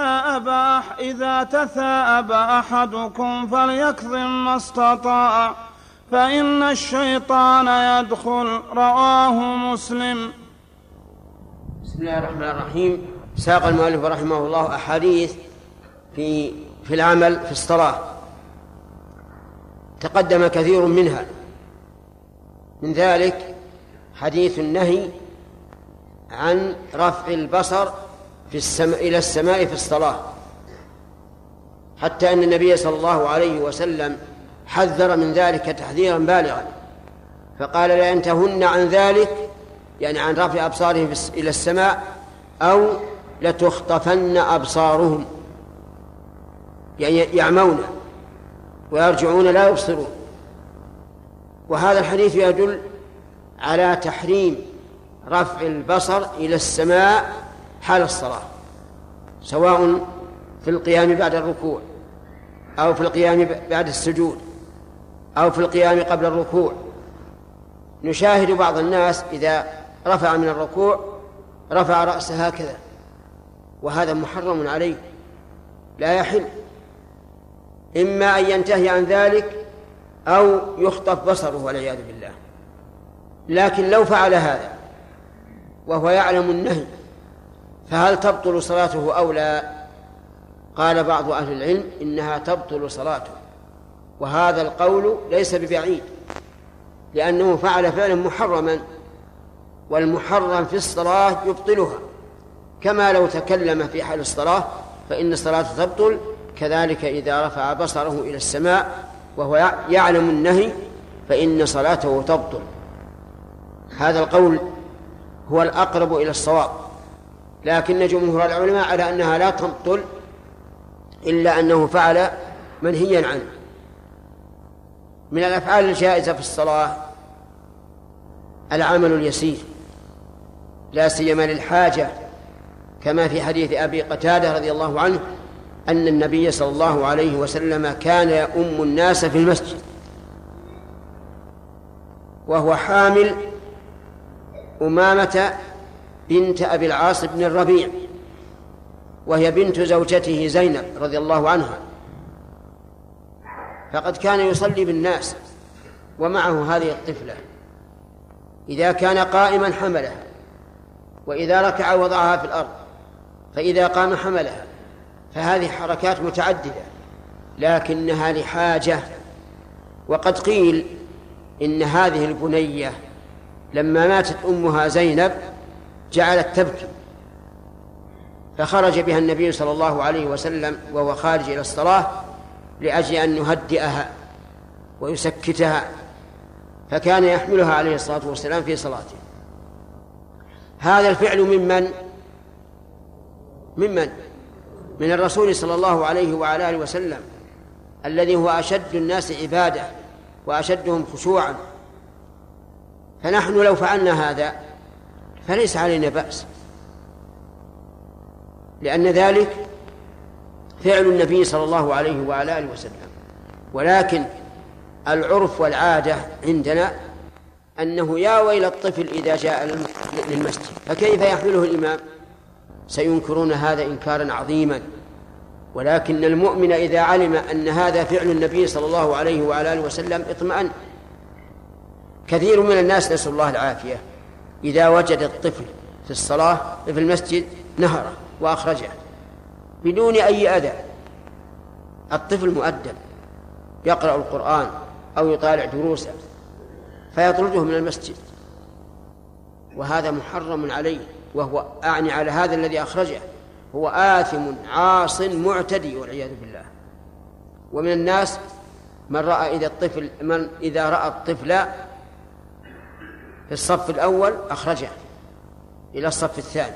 تثاءب أحدكم فليكظم ما استطاع، فإن الشيطان يدخل. رواه مسلم. بسم الله الرحمن الرحيم. ساق المؤلف رحمه الله أحاديث في العمل في الصلاة، تقدم كثير منها، من ذلك حديث النهي عن رفع البصر إلى السماء في الصلاة، حتى أن النبي صلى الله عليه وسلم حذر من ذلك تحذيرا بالغا، فقال: لا ينتهن عن ذلك، يعني عن رفع أبصارهم إلى السماء، أو لتخطفن أبصارهم، يعني يعمون ويرجعون لا يبصرون. وهذا الحديث يدل على تحريم رفع البصر إلى السماء حال الصلاة، سواء في القيام بعد الركوع أو في القيام بعد السجود أو في القيام قبل الركوع. نشاهد بعض الناس إذا رفع من الركوع رفع رأسه هكذا، وهذا محرم عليه، لا يحل، إما أن ينتهي عن ذلك أو يخطف بصره والعياذ بالله. لكن لو فعل هذا وهو يعلم النهي فهل تبطل صلاته أو لا؟ قال بعض أهل العلم إنها تبطل صلاته، وهذا القول ليس ببعيد، لأنه فعل فعلا محرما، والمحرم في الصلاة يبطلها، كما لو تكلم في حال الصلاة فإن الصلاة تبطل، كذلك إذا رفع بصره إلى السماء وهو يعلم النهي فإن صلاته تبطل. هذا القول هو الأقرب إلى الصواب، لكن جمهور العلماء على أنها لا تبطل إلا أنه فعل منهيا عنه. من الأفعال الجائزة في الصلاة العمل اليسير، لا سيما للحاجة، كما في حديث أبي قتادة رضي الله عنه أن النبي صلى الله عليه وسلم كان يؤم الناس في المسجد وهو حامل أمامة بنت أبي العاص بن الربيع، وهي بنت زوجته زينب رضي الله عنها، فقد كان يصلي بالناس ومعه هذه الطفلة، إذا كان قائما حملها، وإذا ركع وضعها في الأرض، فإذا قام حملها، فهذه حركات متعددة لكنها لحاجة. وقد قيل إن هذه البنية لما ماتت أمها زينب جعلت تبكي، فخرج بها النبي صلى الله عليه وسلم وهو خارج إلى الصلاة لأجل أن يهدئها ويسكتها، فكان يحملها عليه الصلاة والسلام في صلاته. هذا الفعل من الرسول صلى الله عليه وعلى آله وسلم، الذي هو أشد الناس عبادة وأشدهم خشوعا، فنحن لو فعلنا هذا فليس علينا بأس، لأن ذلك فعل النبي صلى الله عليه وعلى آله وسلم. ولكن العرف والعادة عندنا أنه يا ويل الطفل إذا جاء للمسجد، فكيف يحمله الإمام؟ سينكرون هذا إنكارا عظيما، ولكن المؤمن إذا علم أن هذا فعل النبي صلى الله عليه وعلى آله وسلم اطمأن. كثير من الناس نسأل الله العافية إذا وجد الطفل في الصلاة في المسجد نهره وأخرجه بدون أي أذى. الطفل مؤدب يقرأ القرآن أو يطالع دروسه فيطرده من المسجد، وهذا محرم عليه، وهو أعني على هذا الذي أخرجه، هو آثم عاص معتدي والعياذ بالله. ومن الناس من إذا رأى الطفل في الصف الأول أخرجه إلى الصف الثاني،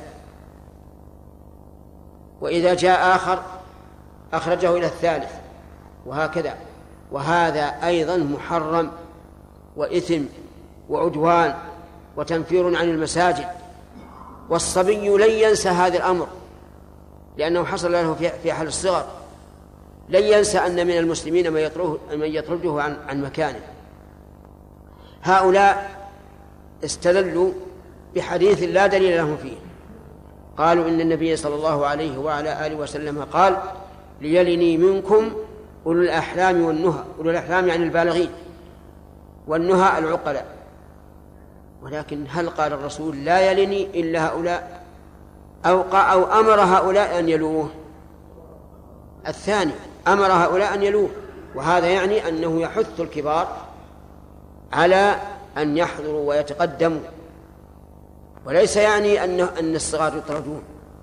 وإذا جاء آخر أخرجه إلى الثالث، وهكذا. وهذا أيضا محرم وإثم وعدوان وتنفير عن المساجد. والصبي لن ينسى هذا الأمر لأنه حصل له في حال الصغر، لن ينسى أن من المسلمين من يطرده عن مكانه. هؤلاء استدلوا بحديث لا دليل لهم فيه، قالوا إن النبي صلى الله عليه وعلى آله وسلم قال ليلني منكم أولو الأحلام والنهى. أولو الأحلام يعني البالغين، والنهى العقلاء. ولكن هل قال الرسول لا يلني إلا هؤلاء أو أمر هؤلاء أن يلوه؟ الثاني أمر هؤلاء أن يلوه، وهذا يعني أنه يحث الكبار على أن يحضروا ويتقدموا، وليس يعني أن الصغار يطردون.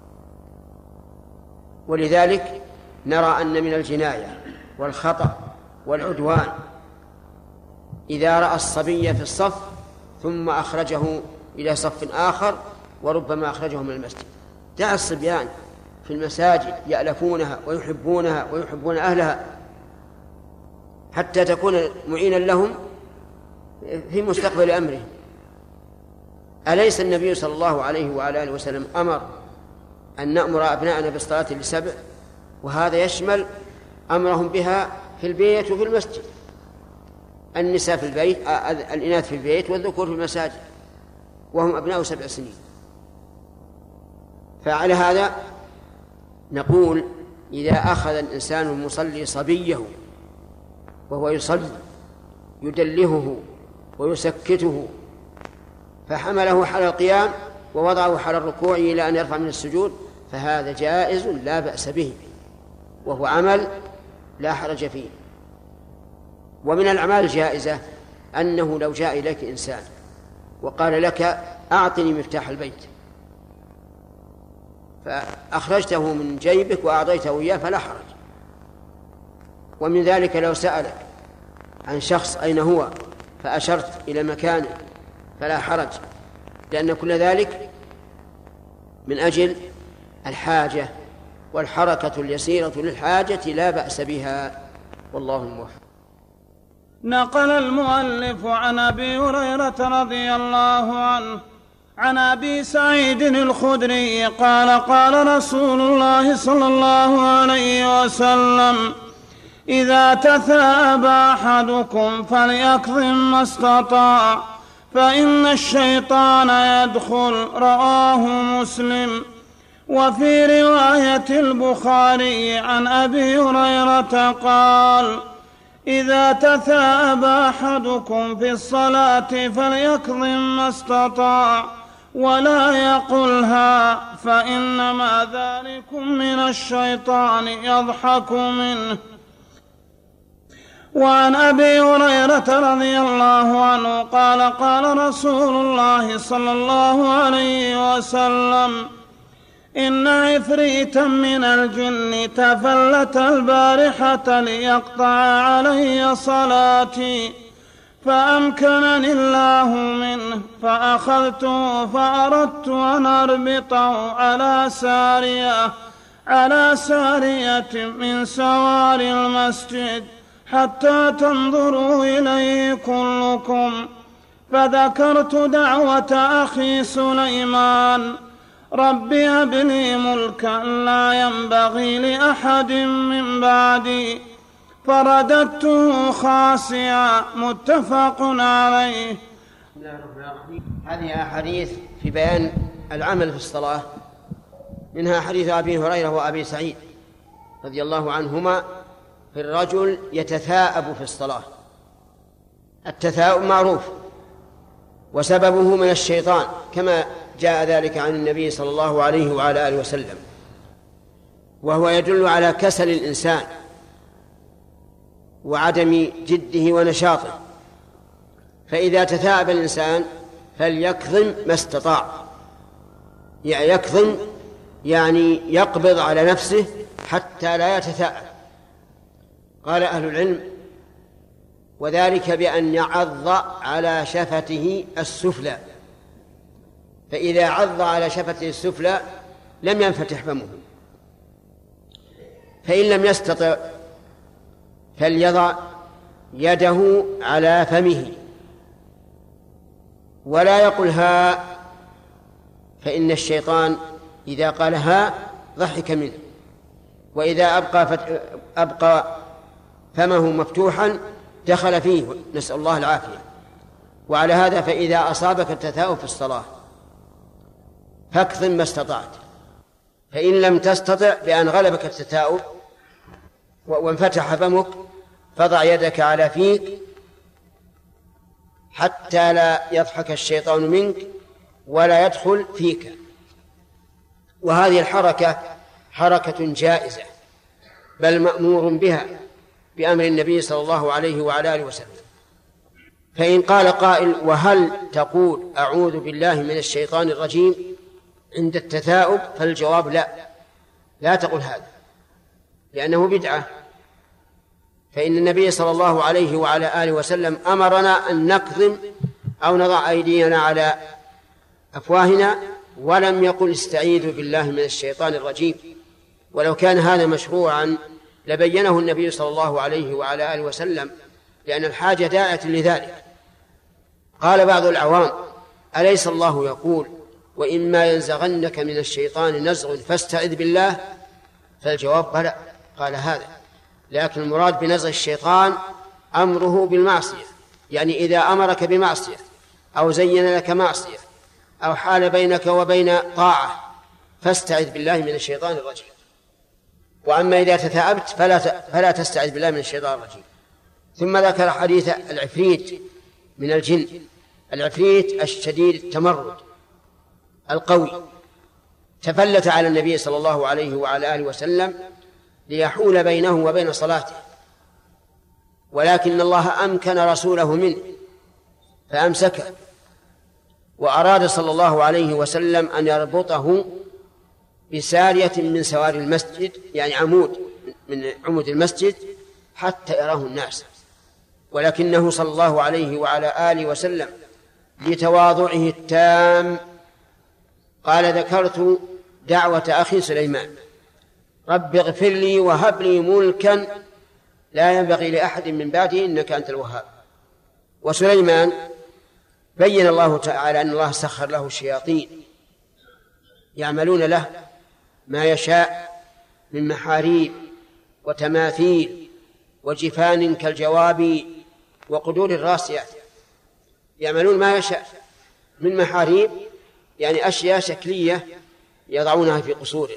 ولذلك نرى أن من الجناية والخطأ والعدوان إذا رأى الصبي في الصف ثم أخرجه إلى صف آخر، وربما أخرجه من المسجد. دع الصبيان في المساجد يألفونها ويحبونها ويحبون أهلها حتى تكون معينا لهم في مستقبل أمرهم. أليس النبي صلى الله عليه وعلى آله وسلم أمر أن نأمر أبناءنا بالصلاة ل7؟ وهذا يشمل أمرهم بها في البيت وفي المسجد. النساء في البيت، الإناث في البيت والذكور في المساجد، وهم أبناء 7 سنين. فعلى هذا نقول إذا أخذ الإنسان المصلي صبيه وهو يصلي يدلهه ويسكته فحمله حال القيام ووضعه حال الركوع إلى أن يرفع من السجود، فهذا جائز لا بأس به، وهو عمل لا حرج فيه. ومن الأعمال الجائزة أنه لو جاء إليك إنسان وقال لك أعطني مفتاح البيت، فأخرجته من جيبك وأعطيته إياه فلا حرج. ومن ذلك لو سألك عن شخص أين هو فأشرت إلى مكانه فلا حرج، لأن كل ذلك من أجل الحاجة، والحركة اليسيرة للحاجة لا بأس بها، والله الموفق. نقل المؤلف عن أبي هريرة رضي الله عنه عن أبي سعيد الخدري قال قال رسول الله صلى الله عليه وسلم إذا تثاءب أحدكم فليكظم ما استطاع فإن الشيطان يدخل، رواه مسلم. وفي رواية البخاري عن أبي هريرة قال إذا تثاءب أحدكم في الصلاة فليكظم ما استطاع ولا يقلها فإنما ذلكم من الشيطان يضحك منه. وعن أبي هريرة رضي الله عنه قال قال رسول الله صلى الله عليه وسلم إن عفريتا من الجن تفلت البارحة ليقطع علي صلاتي فأمكنني الله منه فأخذته فأردت أن أربطه على سارية من سوار المسجد حتى تنظروا إليه كلكم، فذكرت دعوة أخي سليمان رب هب لي ملكا لا ينبغي لأحد من بعدي، فرددته خاسئا، متفق عليه. هذه أحاديث في بيان العمل في الصلاة، منها حديث أبي هريرة وأبي سعيد رضي الله عنهما في الرجل يتثاءب في الصلاة. التثاؤب معروف وسببه من الشيطان كما جاء ذلك عن النبي صلى الله عليه وعلى آله وسلم، وهو يدل على كسل الإنسان وعدم جده ونشاطه. فإذا تثاءب الإنسان فليكظم ما استطاع، يعني يكظم يعني يقبض على نفسه حتى لا يتثاءب. قال أهل العلم: وذلك بأن يعض على شفته السفلى، فإذا عض على شفته السفلى لم ينفتح فمه. فإن لم يستطع فليضع يده على فمه ولا يقل ها، فإن الشيطان إذا قال ها ضحك منه، وإذا أبقى فمه مفتوحا دخل فيه، نسأل الله العافية. وعلى هذا فإذا أصابك التثاؤب في الصلاة فاكظم ما استطعت، فإن لم تستطع بأن غلبك التثاؤب وانفتح فمك فضع يدك على فيك حتى لا يضحك الشيطان منك ولا يدخل فيك. وهذه الحركة حركة جائزة بل مأمور بها بأمر النبي صلى الله عليه وعلى آله وسلم. فإن قال قائل: وهل تقول أعوذ بالله من الشيطان الرجيم عند التثاؤب؟ فالجواب لا تقول هذا، لأنه بدعة. فإن النبي صلى الله عليه وعلى آله وسلم أمرنا أن نكظم أو نضع أيدينا على أفواهنا، ولم يقل استعيذوا بالله من الشيطان الرجيم. ولو كان هذا مشروعا لبينه النبي صلى الله عليه وعلى آله وسلم، لأن الحاجة داعية لذلك. قال بعض العوام: أليس الله يقول وإما ينزغنك من الشيطان نزغ فاستعذ بالله؟ فالجواب بلى. قال هذا، لكن المراد بنزغ الشيطان أمره بالمعصية، يعني إذا أمرك بمعصية أو زين لك معصية أو حال بينك وبين طاعة فاستعذ بالله من الشيطان الرجيم. وأما إذا تثاءبت فلا تستعذ بالله من الشيطان الرجيم. ثم ذكر حديث العفريت من الجن، العفريت الشديد التمرد القوي، تفلت على النبي صلى الله عليه وعلى آله وسلم ليحول بينه وبين صلاته، ولكن الله أمكن رسوله منه فأمسكه، وأراد صلى الله عليه وسلم أن يربطه بسارية من سواري المسجد، يعني عمود من عمود المسجد، حتى يراه الناس. ولكنه صلى الله عليه وعلى آله وسلم لتواضعه التام قال: ذكرت دعوة أخي سليمان رب اغفر لي وهب لي ملكا لا ينبغي لأحد من بعده إنك أنت الوهاب. وسليمان بين الله تعالى أن الله سخر له الشياطين يعملون له ما يشاء من محاريب وتماثيل وجفان كالجواب وقدور الراسيات، يعملون ما يشاء من محاريب، يعني أشياء شكلية يضعونها في قصوره،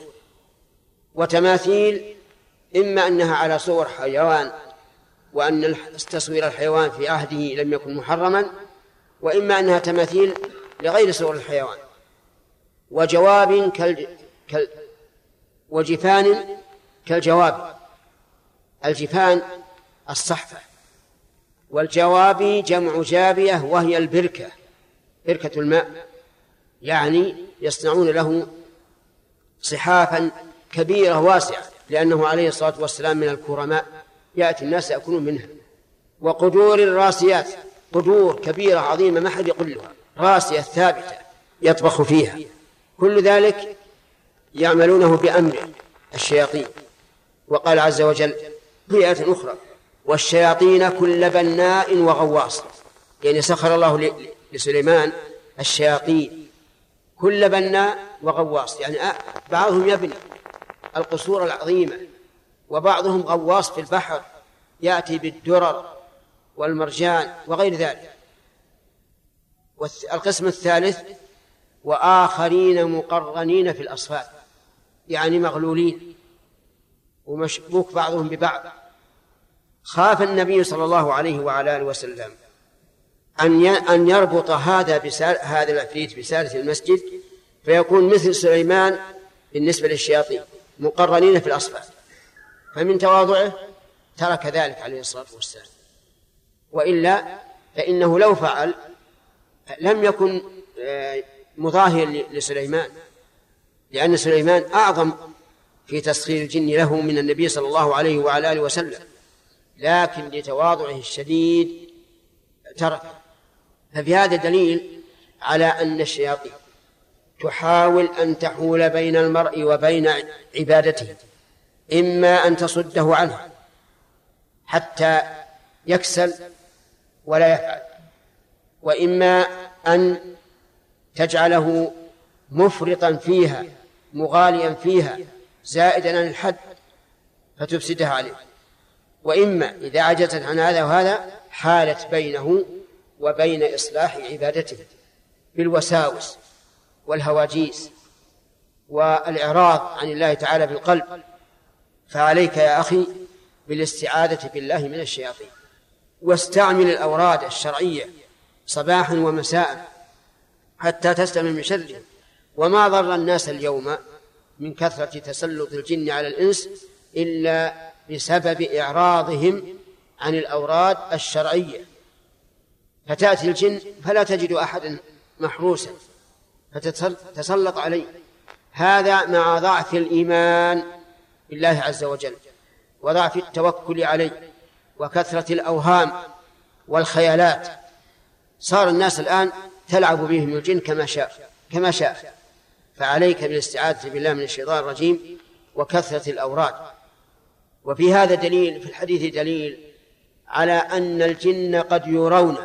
وتماثيل إما أنها على صور حيوان وأن تصوير الحيوان في عهده لم يكن محرما، وإما أنها تماثيل لغير صور الحيوان، وجواب وجفان كالجواب. الجفان الصحفة، والجواب جمع جابية وهي البركة، بركة الماء، يعني يصنعون له صحافا كبيرة واسعة، لأنه عليه الصلاة والسلام من الكرماء يأتي الناس يأكلون منها. وقدور الراسيات، قدور كبيرة عظيمة ما حد يقلها، راسية ثابتة يطبخ فيها، كل ذلك يعملونه بأمر الشياطين. وقال عز وجل في آية أخرى: والشياطين كل بناء وغواص، يعني سخر الله لسليمان الشياطين كل بناء وغواص، يعني بعضهم يبني القصور العظيمة، وبعضهم غواص في البحر يأتي بالدرر والمرجان وغير ذلك. والقسم الثالث: وآخرين مقرنين في الأصفاد، يعني مغلولين ومشبوك بعضهم ببعض. خاف النبي صلى الله عليه وعلى آله وسلم أن يربط هذا العفريت بسارة المسجد فيكون مثل سليمان بالنسبة للشياطين مقرنين في الأصفاد، فمن تواضعه ترك ذلك عليه الصلاة والسلام، وإلا فإنه لو فعل لم يكن مضاهيا لسليمان، لأن سليمان أعظم في تسخير الجن له من النبي صلى الله عليه وعلى آله وسلم، لكن لتواضعه الشديد ترك. ففي هذا دليل على أن الشياطين تحاول أن تحول بين المرء وبين عبادته، إما أن تصده عنه حتى يكسل ولا يفعل، وإما أن تجعله مفرطا فيها مغاليا فيها زائدا عن الحد فتفسدها عليه، وإما إذا عجزت عن هذا وهذا حالت بينه وبين إصلاح عبادته بالوساوس والهواجيس والإعراض عن الله تعالى بالقلب. فعليك يا أخي بالاستعاذة بالله من الشياطين، واستعمل الأوراد الشرعية صباحا ومساء حتى تسلم من شره. وما ضر الناس اليوم من كثرة تسلط الجن على الإنس إلا بسبب إعراضهم عن الأوراد الشرعية، فتأتي الجن فلا تجد أحدا محروسا فتتسلط عليه. هذا مع ضعف الإيمان بالله عز وجل وضعف التوكل عليه وكثرة الأوهام والخيالات. صار الناس الآن تلعب بهم الجن كما شاء. فعليك بالاستعاذة بالله من الشيطان الرجيم وكثرة الأوراد. وفي هذا دليل، في الحديث دليل على أن الجن قد يرون،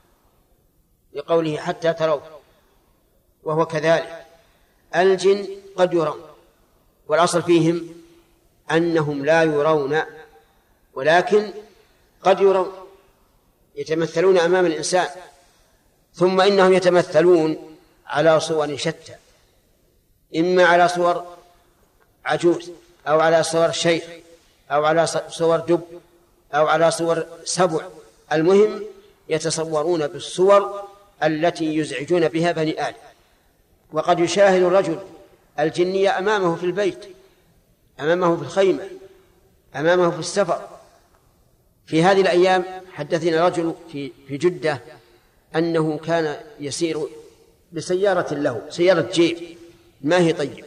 لقوله حتى تروا، وهو كذلك الجن قد يرون، والأصل فيهم أنهم لا يرون ولكن قد يرون، يتمثلون أمام الإنسان، ثم إنهم يتمثلون على صور شتى، إما على صور عجوز أو على صور شيخ أو على صور دب أو على صور سبع. المهم يتصورون بالصور التي يزعجون بها بني آدم. وقد يشاهد الرجل الجنية أمامه في البيت، أمامه في الخيمة، أمامه في السفر. في هذه الأيام حدثنا رجل في جدة أنه كان يسير بسيارة له، سيارة جيب ما هي طيبة،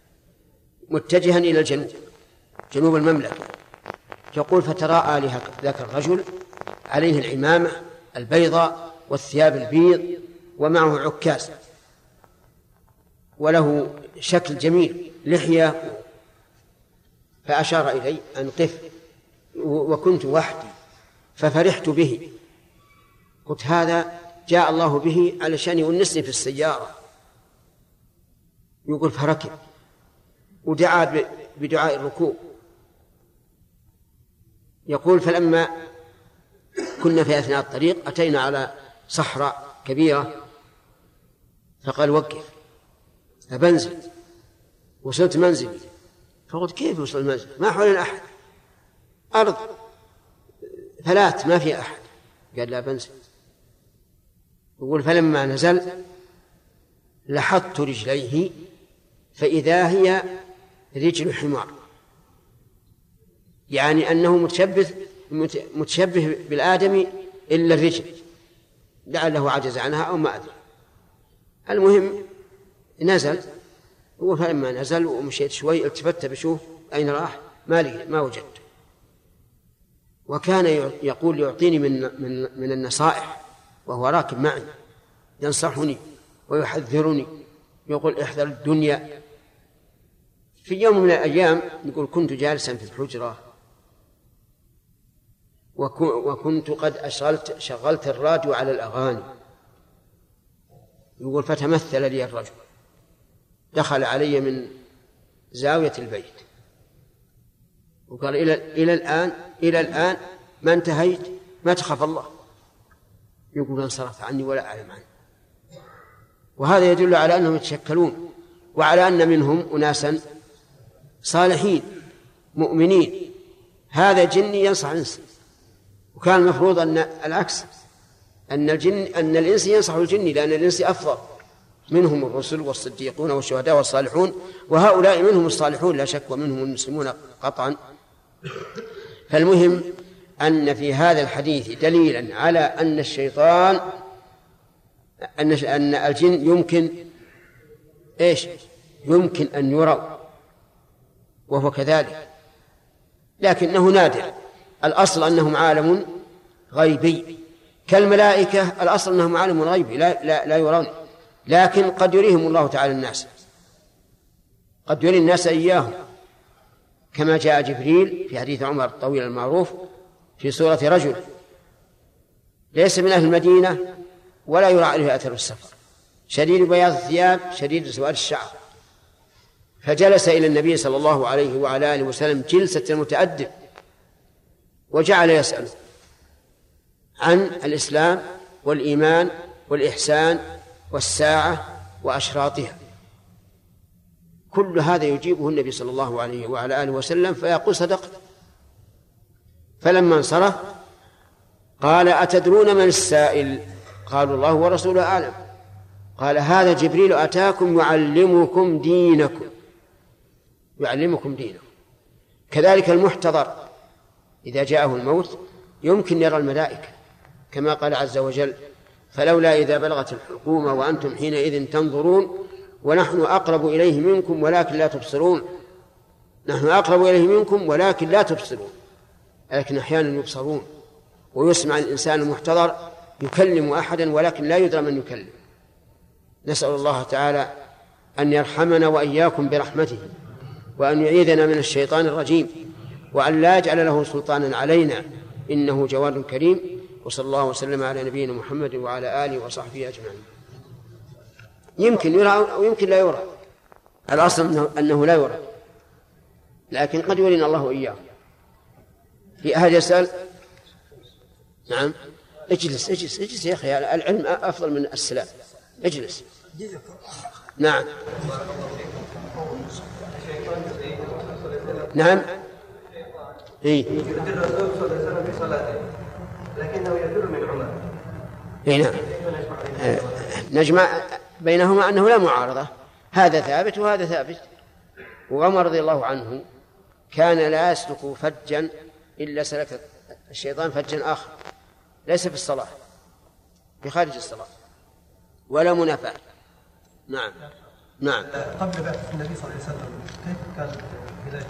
متجها إلى الجنوب، جنوب المملكة. يقول فتراءى ذاك الرجل عليه العمامة البيضاء والثياب البيض ومعه عكاز وله شكل جميل، لحية، فأشار إلي أن قف، وكنت وحدي ففرحت به. قلت هذا جاء الله به علشان يونسني في السيارة. يقول فركب ودعا بدعاء الركوب. يقول فلما كنا في أثناء الطريق أتينا على صحراء كبيرة فقال وقف أبنزل. وصلت منزلي فقلت كيف وصل المنزل؟ ما حولنا أحد، أرض ثلاث ما في أحد. قال لا بنزل. يقول فلما نزل لحظت رجليه فإذا هي رجل حمار، يعني أنه متشبه بالآدمي إلا الرجل، لعله عجز عنها أو ما أدري. المهم نزل. فلما نزل ومشيت شوي التفت بشوف أين راح، ما وجدته. وكان يقول يعطيني من النصائح وهو راكب معي، ينصحني ويحذرني، يقول احذر الدنيا. في يوم من الأيام يقول كنت جالسا في الحجرة وكنت قد شغلت الراديو على الأغاني. يقول فتمثل لي الرجل، دخل علي من زاوية البيت وقال إلى الآن ما انتهيت، ما تخاف الله؟ يقول انصرف عني ولا أعلم عنه. وهذا يدل على أنهم يتشكلون، وعلى أن منهم أناسا صالحين مؤمنين، هذا جني ينصح إنسي. وكان المفروض أن العكس، أن الإنس ينصح الجني، لأن الإنس أفضل، منهم الرسل والصديقون والشهداء والصالحون، وهؤلاء منهم الصالحون لا شك، ومنهم المسلمون قطعا. فالمهم أن في هذا الحديث دليلا على أن الشيطان أن الجن يمكن أن يرى، وهو كذلك، لكنه نادر. الأصل أنهم عالم غيبي كالملائكة، الأصل أنهم عالم غيبي لا يرون، لكن قد يريهم الله تعالى الناس، قد يري الناس إياهم، كما جاء جبريل في حديث عمر الطويل المعروف في صورة رجل ليس من أهل المدينة ولا يرى عليه أثر السفر، شديد بياض الثياب شديد سواد الشعر، فجلس إلى النبي صلى الله عليه وعلى آله وسلم جلسة المتأدب، وجعل يسأل عن الإسلام والإيمان والإحسان والساعة وأشراطها. كل هذا يجيبه النبي صلى الله عليه وعلى آله وسلم فيقول صدقت. فلما انصرف قال أتدرون من السائل؟ قالوا الله ورسوله أعلم. قال هذا جبريل أتاكم يعلمكم دينكم. كذلك المحتضر إذا جاءه الموت يمكن يرى الملائكة، كما قال عز وجل فلولا إذا بلغت الحلقوم وأنتم حينئذ تنظرون ونحن أقرب إليه منكم ولكن لا تبصرون. نحن أقرب إليه منكم ولكن لا تبصرون، لكن أحيانا يبصرون، ويسمع الإنسان المحتضر يكلم أحدا ولكن لا يدرى من يكلم. نسأل الله تعالى أن يرحمنا وإياكم برحمته، وأن يعيذنا من الشيطان الرجيم، وأن لا يجعل له سلطانا علينا، إنه جواد كريم. وصلى الله وسلم على نبينا محمد وعلى آله وصحبه أجمعين. يمكن يرى ويمكن لا يرى، الأصل أنه لا يرى، لكن قد يرينا الله إياه. في أحد يسأل؟ نعم. اجلس يا أخي، العلم أفضل من السلام. اجلس. نعم. نعم. لكنه يدل من عمر. نعم. نجمع بينهما أنه لا معارضة، هذا ثابت وهذا ثابت. وعمر رضي الله عنه كان لا يسلك فجا إلا سلك الشيطان فجا آخر، ليس في الصلاة، في خارج الصلاة، ولا منافاة. نعم. قبل بعثة النبي صلى الله عليه وسلم كيف كان بداية؟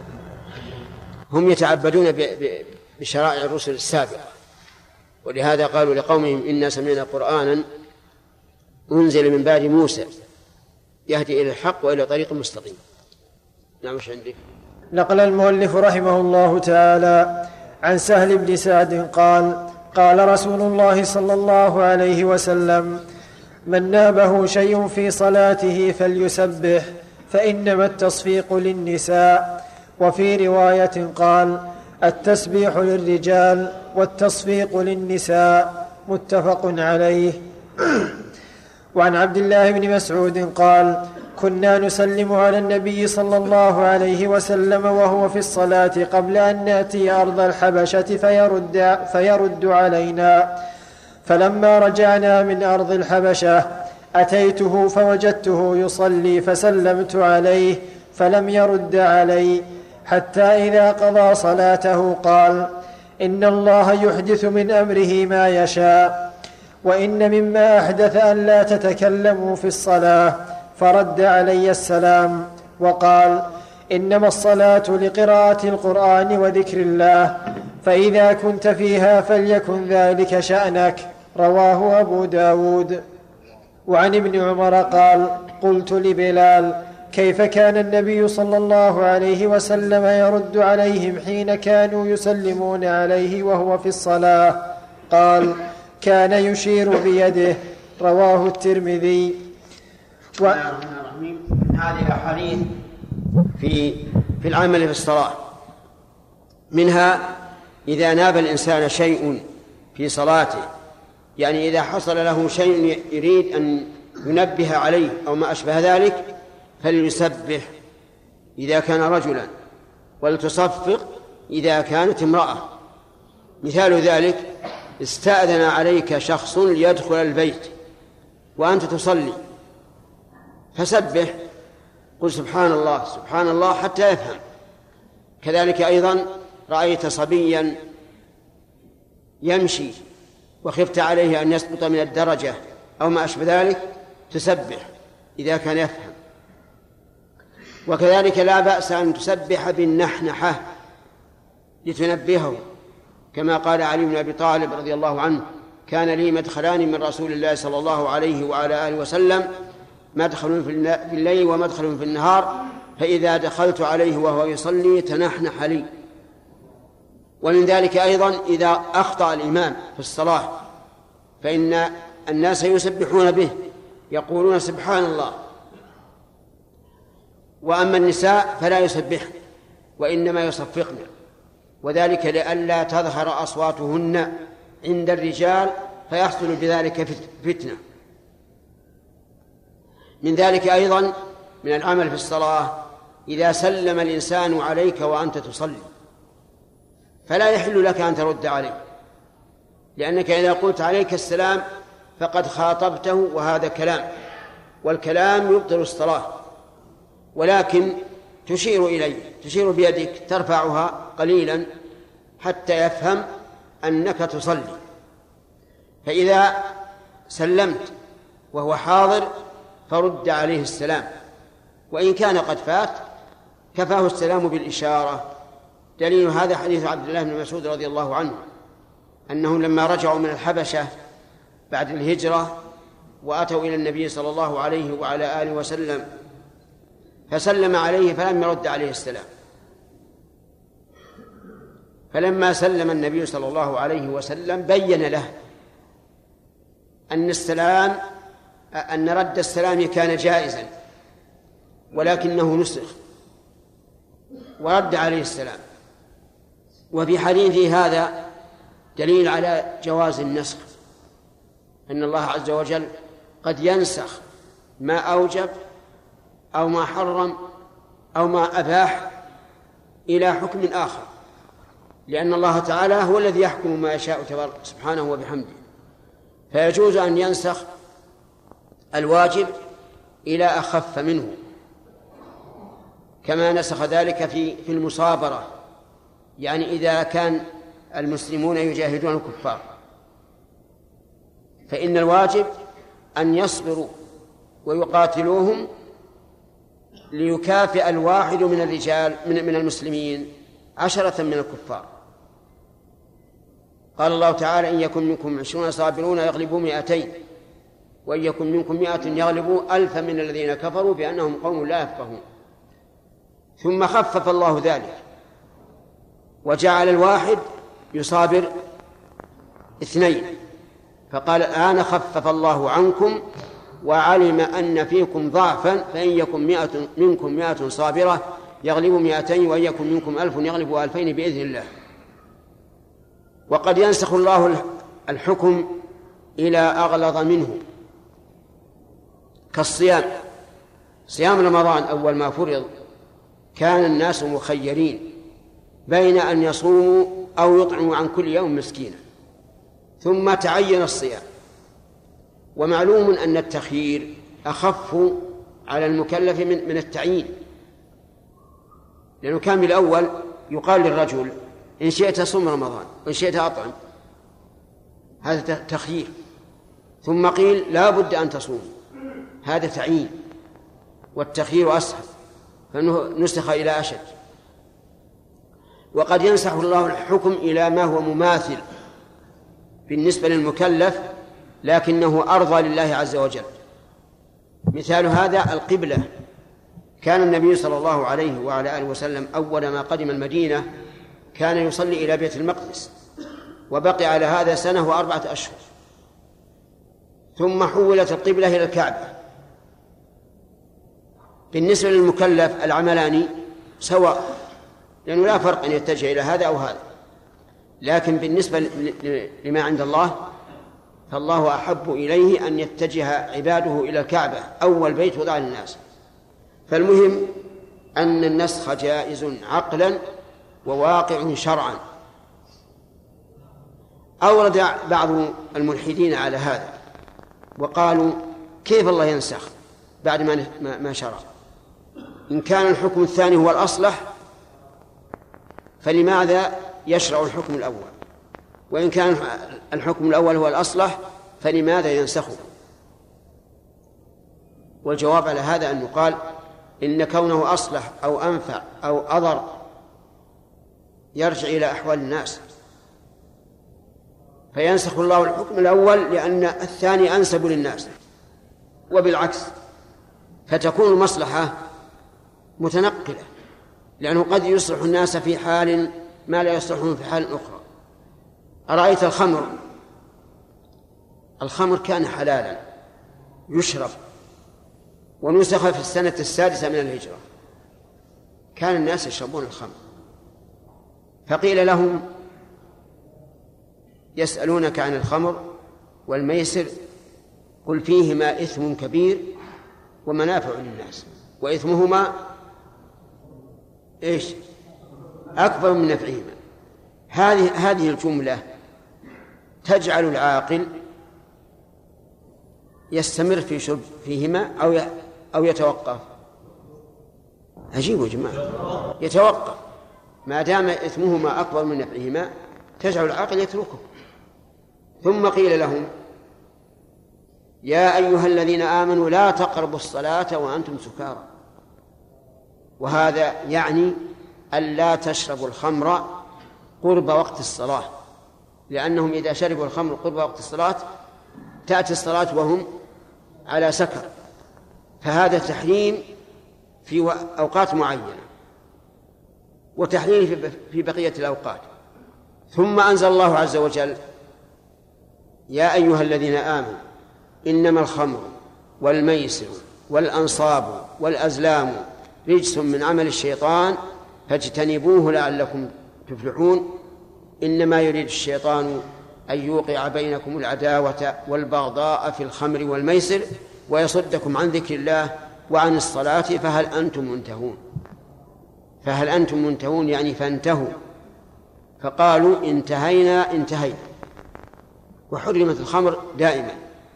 هم يتعبدون بشرائع الرسل السابقة، ولهذا قالوا لقومهم إنا سمعنا قرآنا أنزل من بعد موسى يهدي إلى الحق وإلى طريق مستقيم. نعم. مش عندك؟ نقل المؤلف رحمه الله تعالى عن سهل بن سعد قال قال رسول الله صلى الله عليه وسلم من نابه شيء في صلاته فليسبح فإنما التصفيق للنساء. وفي رواية قال التسبيح للرجال والتصفيق للنساء، متفق عليه. وعن عبد الله بن مسعود قال كنا نسلم على النبي صلى الله عليه وسلم وهو في الصلاة قبل أن نأتي أرض الحبشة فيرد علينا، فلما رجعنا من أرض الحبشة أتيته فوجدته يصلي فسلمت عليه فلم يرد علي، حتى إذا قضى صلاته قال إن الله يحدث من أمره ما يشاء، وإن مما أحدث أن لا تتكلموا في الصلاة، فرد علي السلام وقال إنما الصلاة لقراءة القرآن وذكر الله، فإذا كنت فيها فليكن ذلك شأنك. رواه أبو داود. وعن ابن عمر قال قلت لبلال كيف كان النبي صلى الله عليه وسلم يرد عليهم حين كانوا يسلمون عليه وهو في الصلاة؟ قال كان يشير بيده. رواه الترمذي. هذه أحاديث في العمل في الصلاة، منها إذا ناب الإنسان شيء في صلاته، يعني إذا حصل له شيء يريد أن ينبه عليه أو ما أشبه ذلك فليسبح إذا كان رجلا، ولتصفق إذا كانت امرأة. مثال ذلك: استأذن عليك شخص ليدخل البيت وأنت تصلي فسبح، قل سبحان الله سبحان الله حتى يفهم. كذلك أيضا رأيت صبيا يمشي وخفت عليه أن يسقط من الدرجة أو ما أشبه ذلك، تسبح إذا كان يفهم. وكذلك لا بأس أن تسبح بالنحنحة لتنبهه، كما قال علي بن أبي طالب رضي الله عنه: كان لي مدخلان من رسول الله صلى الله عليه وعلى آله وسلم، مدخل في الليل ومدخل في النهار، فإذا دخلت عليه وهو يصلي تنحنح لي. ومن ذلك أيضا إذا أخطأ الإمام في الصلاة فإن الناس يسبحون به، يقولون سبحان الله. وأما النساء فلا يسبحن وإنما يصفقن، وذلك لئلا تظهر أصواتهن عند الرجال فيحصل بذلك فتنة. من ذلك أيضا من العمل في الصلاة إذا سلم الإنسان عليك وأنت تصلي فلا يحل لك أن ترد عليه، لأنك إذا قلت عليك السلام فقد خاطبته، وهذا كلام، والكلام يبطل الصلاة. ولكن تشير إليه، تشير بيدك، ترفعها قليلا حتى يفهم أنك تصلي. فإذا سلمت وهو حاضر فرد عليه السلام، وإن كان قد فات كفاه السلام بالإشارة. دليل هذا حديث عبد الله بن مسعود رضي الله عنه أنهم لما رجعوا من الحبشة بعد الهجرة وأتوا إلى النبي صلى الله عليه وعلى آله وسلم فسلم عليه فلم يرد عليه السلام، فلما سلم النبي صلى الله عليه وسلم بين له أن رد السلام كان جائزا ولكنه نسخ، ورد عليه السلام. وفي حديثه هذا دليل على جواز النسخ، أن الله عز وجل قد ينسخ ما أوجب أو ما حرم أو ما أباح إلى حكم آخر، لأن الله تعالى هو الذي يحكم ما يشاء سبحانه وبحمده، فيجوز أن ينسخ الواجب إلى أخف منه، كما نسخ ذلك في المصابرة، يعني إذا كان المسلمون يجاهدون الكفار فإن الواجب أن يصبروا ويقاتلوهم ليكافئ الواحد من الرجال من المسلمين 10 من الكفار. قال الله تعالى: إن يكن منكم 20 صابرون يغلبوا 200، وإن يكن منكم 100 يغلبوا 1000 من الذين كفروا بأنهم قوم لا يفقهون. ثم خفف الله ذلك وجعل الواحد يصابر 2، فقال: الآن خفف الله عنكم وعلم أن فيكم ضعفا فإن يكن منكم 100 صابرة يغلبوا 200، وإن يكن منكم 1000 يغلبوا 2000 بإذن الله. وقد ينسخ الله الحكم إلى أغلظ منه، كالصيام. صيام رمضان أول ما فرض كان الناس مخيرين بين أن يصوموا أو يطعموا عن كل يوم مسكينا، ثم تعين الصيام. ومعلوم أن التخيير أخف على المكلف من التعيين، لأنه كان بالأول يقال للرجل: إن شئت صوم رمضان وإن شئت أطعم، هذا تخيير. ثم قيل: لا بد أن تصوم، هذا تعيين، والتخيير أسهل، فنسخ إلى أشد. وقد ينسخ الله الحكم إلى ما هو مماثل بالنسبة للمكلف لكنه أرضى لله عز وجل. مثال هذا القبلة. كان النبي صلى الله عليه وعلى آله وسلم أول ما قدم المدينة كان يصلي إلى بيت المقدس، وبقي على هذا 1 و4 أشهر، ثم حولت القبلة إلى الكعبة. بالنسبة للمكلف العملان سواء، لأنه لا فرق أن يتجه إلى هذا أو هذا، لكن بالنسبة لما عند الله فالله أحب إليه أن يتجه عباده إلى الكعبة أول بيت وضع للناس. فالمهم أن النسخ جائز عقلا وواقع شرعا. أورد بعض الملحدين على هذا وقالوا كيف الله ينسخ بعد ما شرع؟ إن كان الحكم الثاني هو الأصلح فلماذا يشرع الحكم الأول؟ وإن كان الحكم الأول هو الأصلح فلماذا ينسخه؟ والجواب على هذا أن يقال إن كونه أصلح أو أنفع أو أضر يرجع إلى أحوال الناس، فينسخ الله الحكم الأول لأن الثاني أنسب للناس، وبالعكس فتكون المصلحة متنقلة، لأنه قد يصلح الناس في حال ما لا يصلحون في حال أخرى. أرأيت الخمر كان حلالا يشرب ونسخ في السنة 6 من الهجرة، كان الناس يشربون الخمر، فقيل لهم يسألونك عن الخمر والميسر قل فيهما إثم كبير ومنافع للناس وإثمهما إيش؟ أكبر من نفعهما. هذه الجملة تجعل العاقل يستمر في شرب فيهما أو يتوقف. عجيب يا جماعة، يتوقف ما دام إثمهما أكبر من نفعهما، تجعل العاقل يتركه. ثم قيل لهم يا أيها الذين آمنوا لا تقربوا الصلاة وأنتم سكارى، وهذا يعني ألا تشربوا الخمر قرب وقت الصلاة، لأنهم إذا شربوا الخمر قرب وقت الصلاة تأتي الصلاة وهم على سكر، فهذا تحريم في أوقات معينة وتحليل في بقية الأوقات. ثم أنزل الله عز وجل يا أيها الذين آمنوا إنما الخمر والميسر والأنصاب والأزلام رجس من عمل الشيطان فاجتنبوه لعلكم تفلحون إنما يريد الشيطان أن يوقع بينكم العداوة والبغضاء في الخمر والميسر ويصدكم عن ذكر الله وعن الصلاة فهل أنتم منتهون. فهل أنتم منتهون يعني فانتهوا، فقالوا انتهينا. وحرمت الخمر دائما.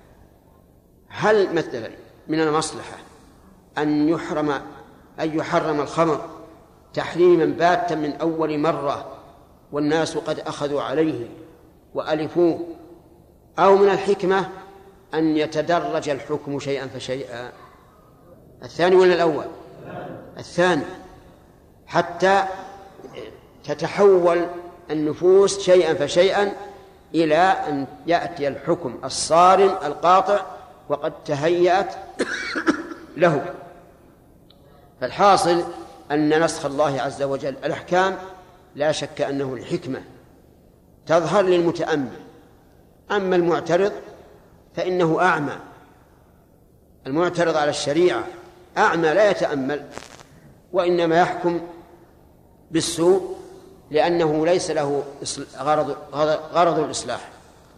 هل مثلا من المصلحة أن يحرم الخمر تحريما باتا من أول مرة والناس قد أخذوا عليه وألفوه، أو من الحكمة أن يتدرج الحكم شيئا فشيئا؟ الثاني ولا الأول؟ الثاني، حتى تتحول النفوس شيئا فشيئا إلى أن يأتي الحكم الصارم القاطع وقد تهيأت له. فالحاصل أن نسخ الله عز وجل الأحكام لا شك أنه الحكمة تظهر للمتأمل، أما المعترض فإنه أعمى. المعترض على الشريعة أعمى لا يتأمل، وإنما يحكم بالسوء لأنه ليس له غرض الإصلاح.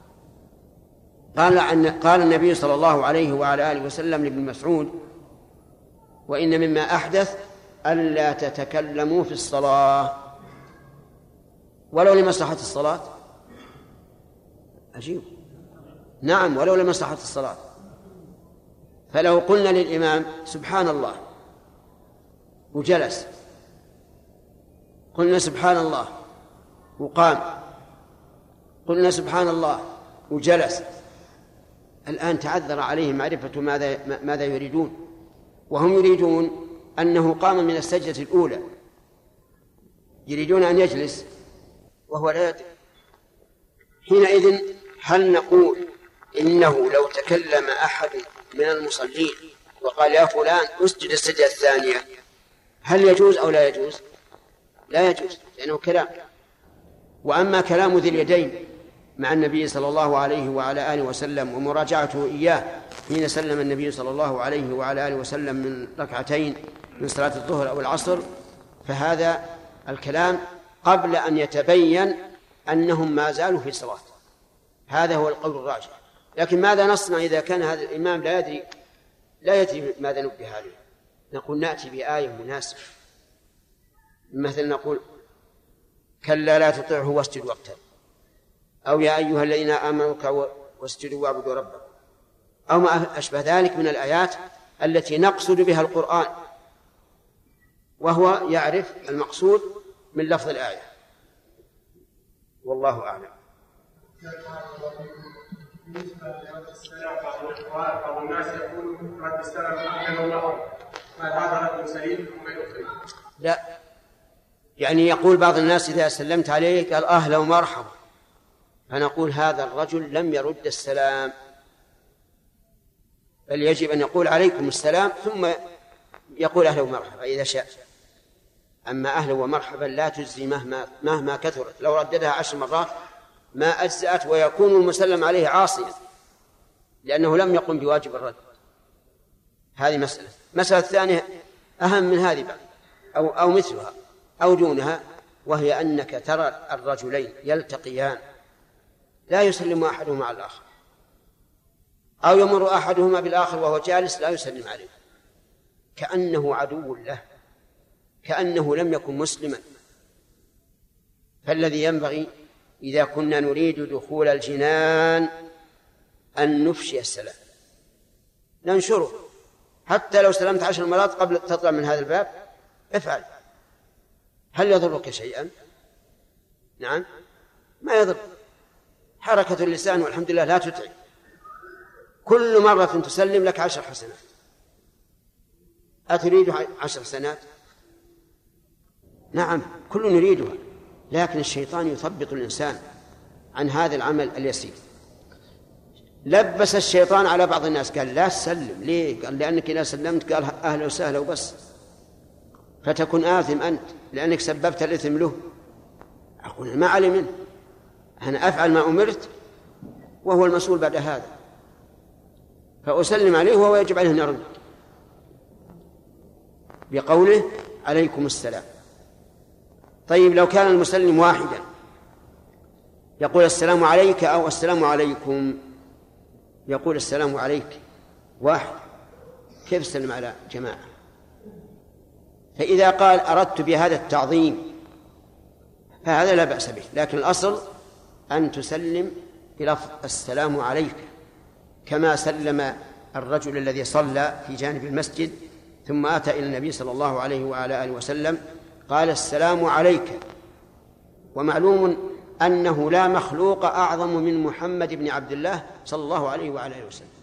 قال النبي صلى الله عليه وعلى آله وسلم لابن مسعود وإن مما أحدث ألا تتكلموا في الصلاة ولو لمصلحة الصلاة. عجيب، نعم ولو لمصلحة الصلاة. فلو قلنا للإمام سبحان الله وجلس، قلنا سبحان الله وقام، قلنا سبحان الله وجلس، الآن تعذر عليهم معرفة ماذا يريدون، وهم يريدون أنه قام من السجدة الأولى، يريدون أن يجلس وهو لا يدري. حينئذ هل نقول إنه لو تكلم أحد من المصلين وقال يا فلان اسجد السجدة الثانية هل يجوز أو لا يجوز؟ لا يجوز، لأنه كلام. وأما كلام ذي اليدين مع النبي صلى الله عليه وعلى آله وسلم ومراجعته إياه حين سلم النبي صلى الله عليه وعلى آله وسلم من ركعتين من صلاة الظهر أو العصر، فهذا الكلام قبل أن يتبين أنهم ما زالوا في صلاة. هذا هو القول الراجح. لكن ماذا نصنع إذا كان هذا الإمام لا يدري ماذا نبه عليه؟ نقول نأتي بآية مناسبة مثل نقول كلا لا تطعه واسجد واقترب، أو يا أيها الذين آمنوا اركعوا واسجدوا واعبدوا ربكم، أو ما أشبه ذلك من الآيات التي نقصد بها القرآن وهو يعرف المقصود من لفظ الآية. والله أعلم. بالنسبة لرد السلام بعض الناس يقول رد السلام أهلا ومرحبا، هل هذا رد سليم أم يخرج؟ لا، يعني يقول بعض الناس إذا سلمت عليه قال أهلا ومرحبا، فنقول هذا الرجل لم يرد السلام، بل يجب أن يقول عليكم السلام ثم يقول أهلا ومرحبا إذا شاء. أما أهلا ومرحبا لا تجزي مهما كثرت، لو رددها 10 مرات ما أجزأت، ويكون المسلم عليه عاصيا لأنه لم يقم بواجب الرد. هذه مسألة الثانية أهم من هذه بعد أو مثلها أو دونها، وهي أنك ترى الرجلين يلتقيان لا يسلم أحدهما على الآخر، أو يمر أحدهما بالآخر وهو جالس لا يسلم عليه، كأنه عدو له، كأنه لم يكن مسلما. فالذي ينبغي إذا كنا نريد دخول الجنان أن نفشي السلام، ننشره، حتى لو سلمت 10 مرات قبل تطلع من هذا الباب افعل. هل يضرك شيئا؟ نعم، ما يضر. حركة اللسان والحمد لله لا تتعب، كل مرة تسلم لك 10 حسنات. أتريد 10 حسنات؟ نعم، كل نريدها، لكن الشيطان يثبط الإنسان عن هذا العمل اليسير. لبس الشيطان على بعض الناس قال لا تسلم، ليه؟ قال لأنك إذا سلمت قال أهلا وسهلا وبس، فتكون آثم أنت لأنك سببت الإثم له. أقول ما علي منه، أنا أفعل ما أمرت وهو المسؤول بعد هذا، فأسلم عليه وهو يجب عليه أن يرد بقوله عليكم السلام. طيب لو كان المسلم واحدا يقول السلام عليك أو السلام عليكم، يقول السلام عليك واحد، كيف سلم على جماعة؟ فإذا قال أردت بهذا التعظيم فهذا لا بأس به، لكن الأصل أن تسلم بلفظ السلام عليك، كما سلم الرجل الذي صلى في جانب المسجد ثم أتى إلى النبي صلى الله عليه وعلى آله وسلم قال السلام عليك. ومعلوم أنه لا مخلوق أعظم من محمد بن عبد الله صلى الله عليه وعلى آله وسلم.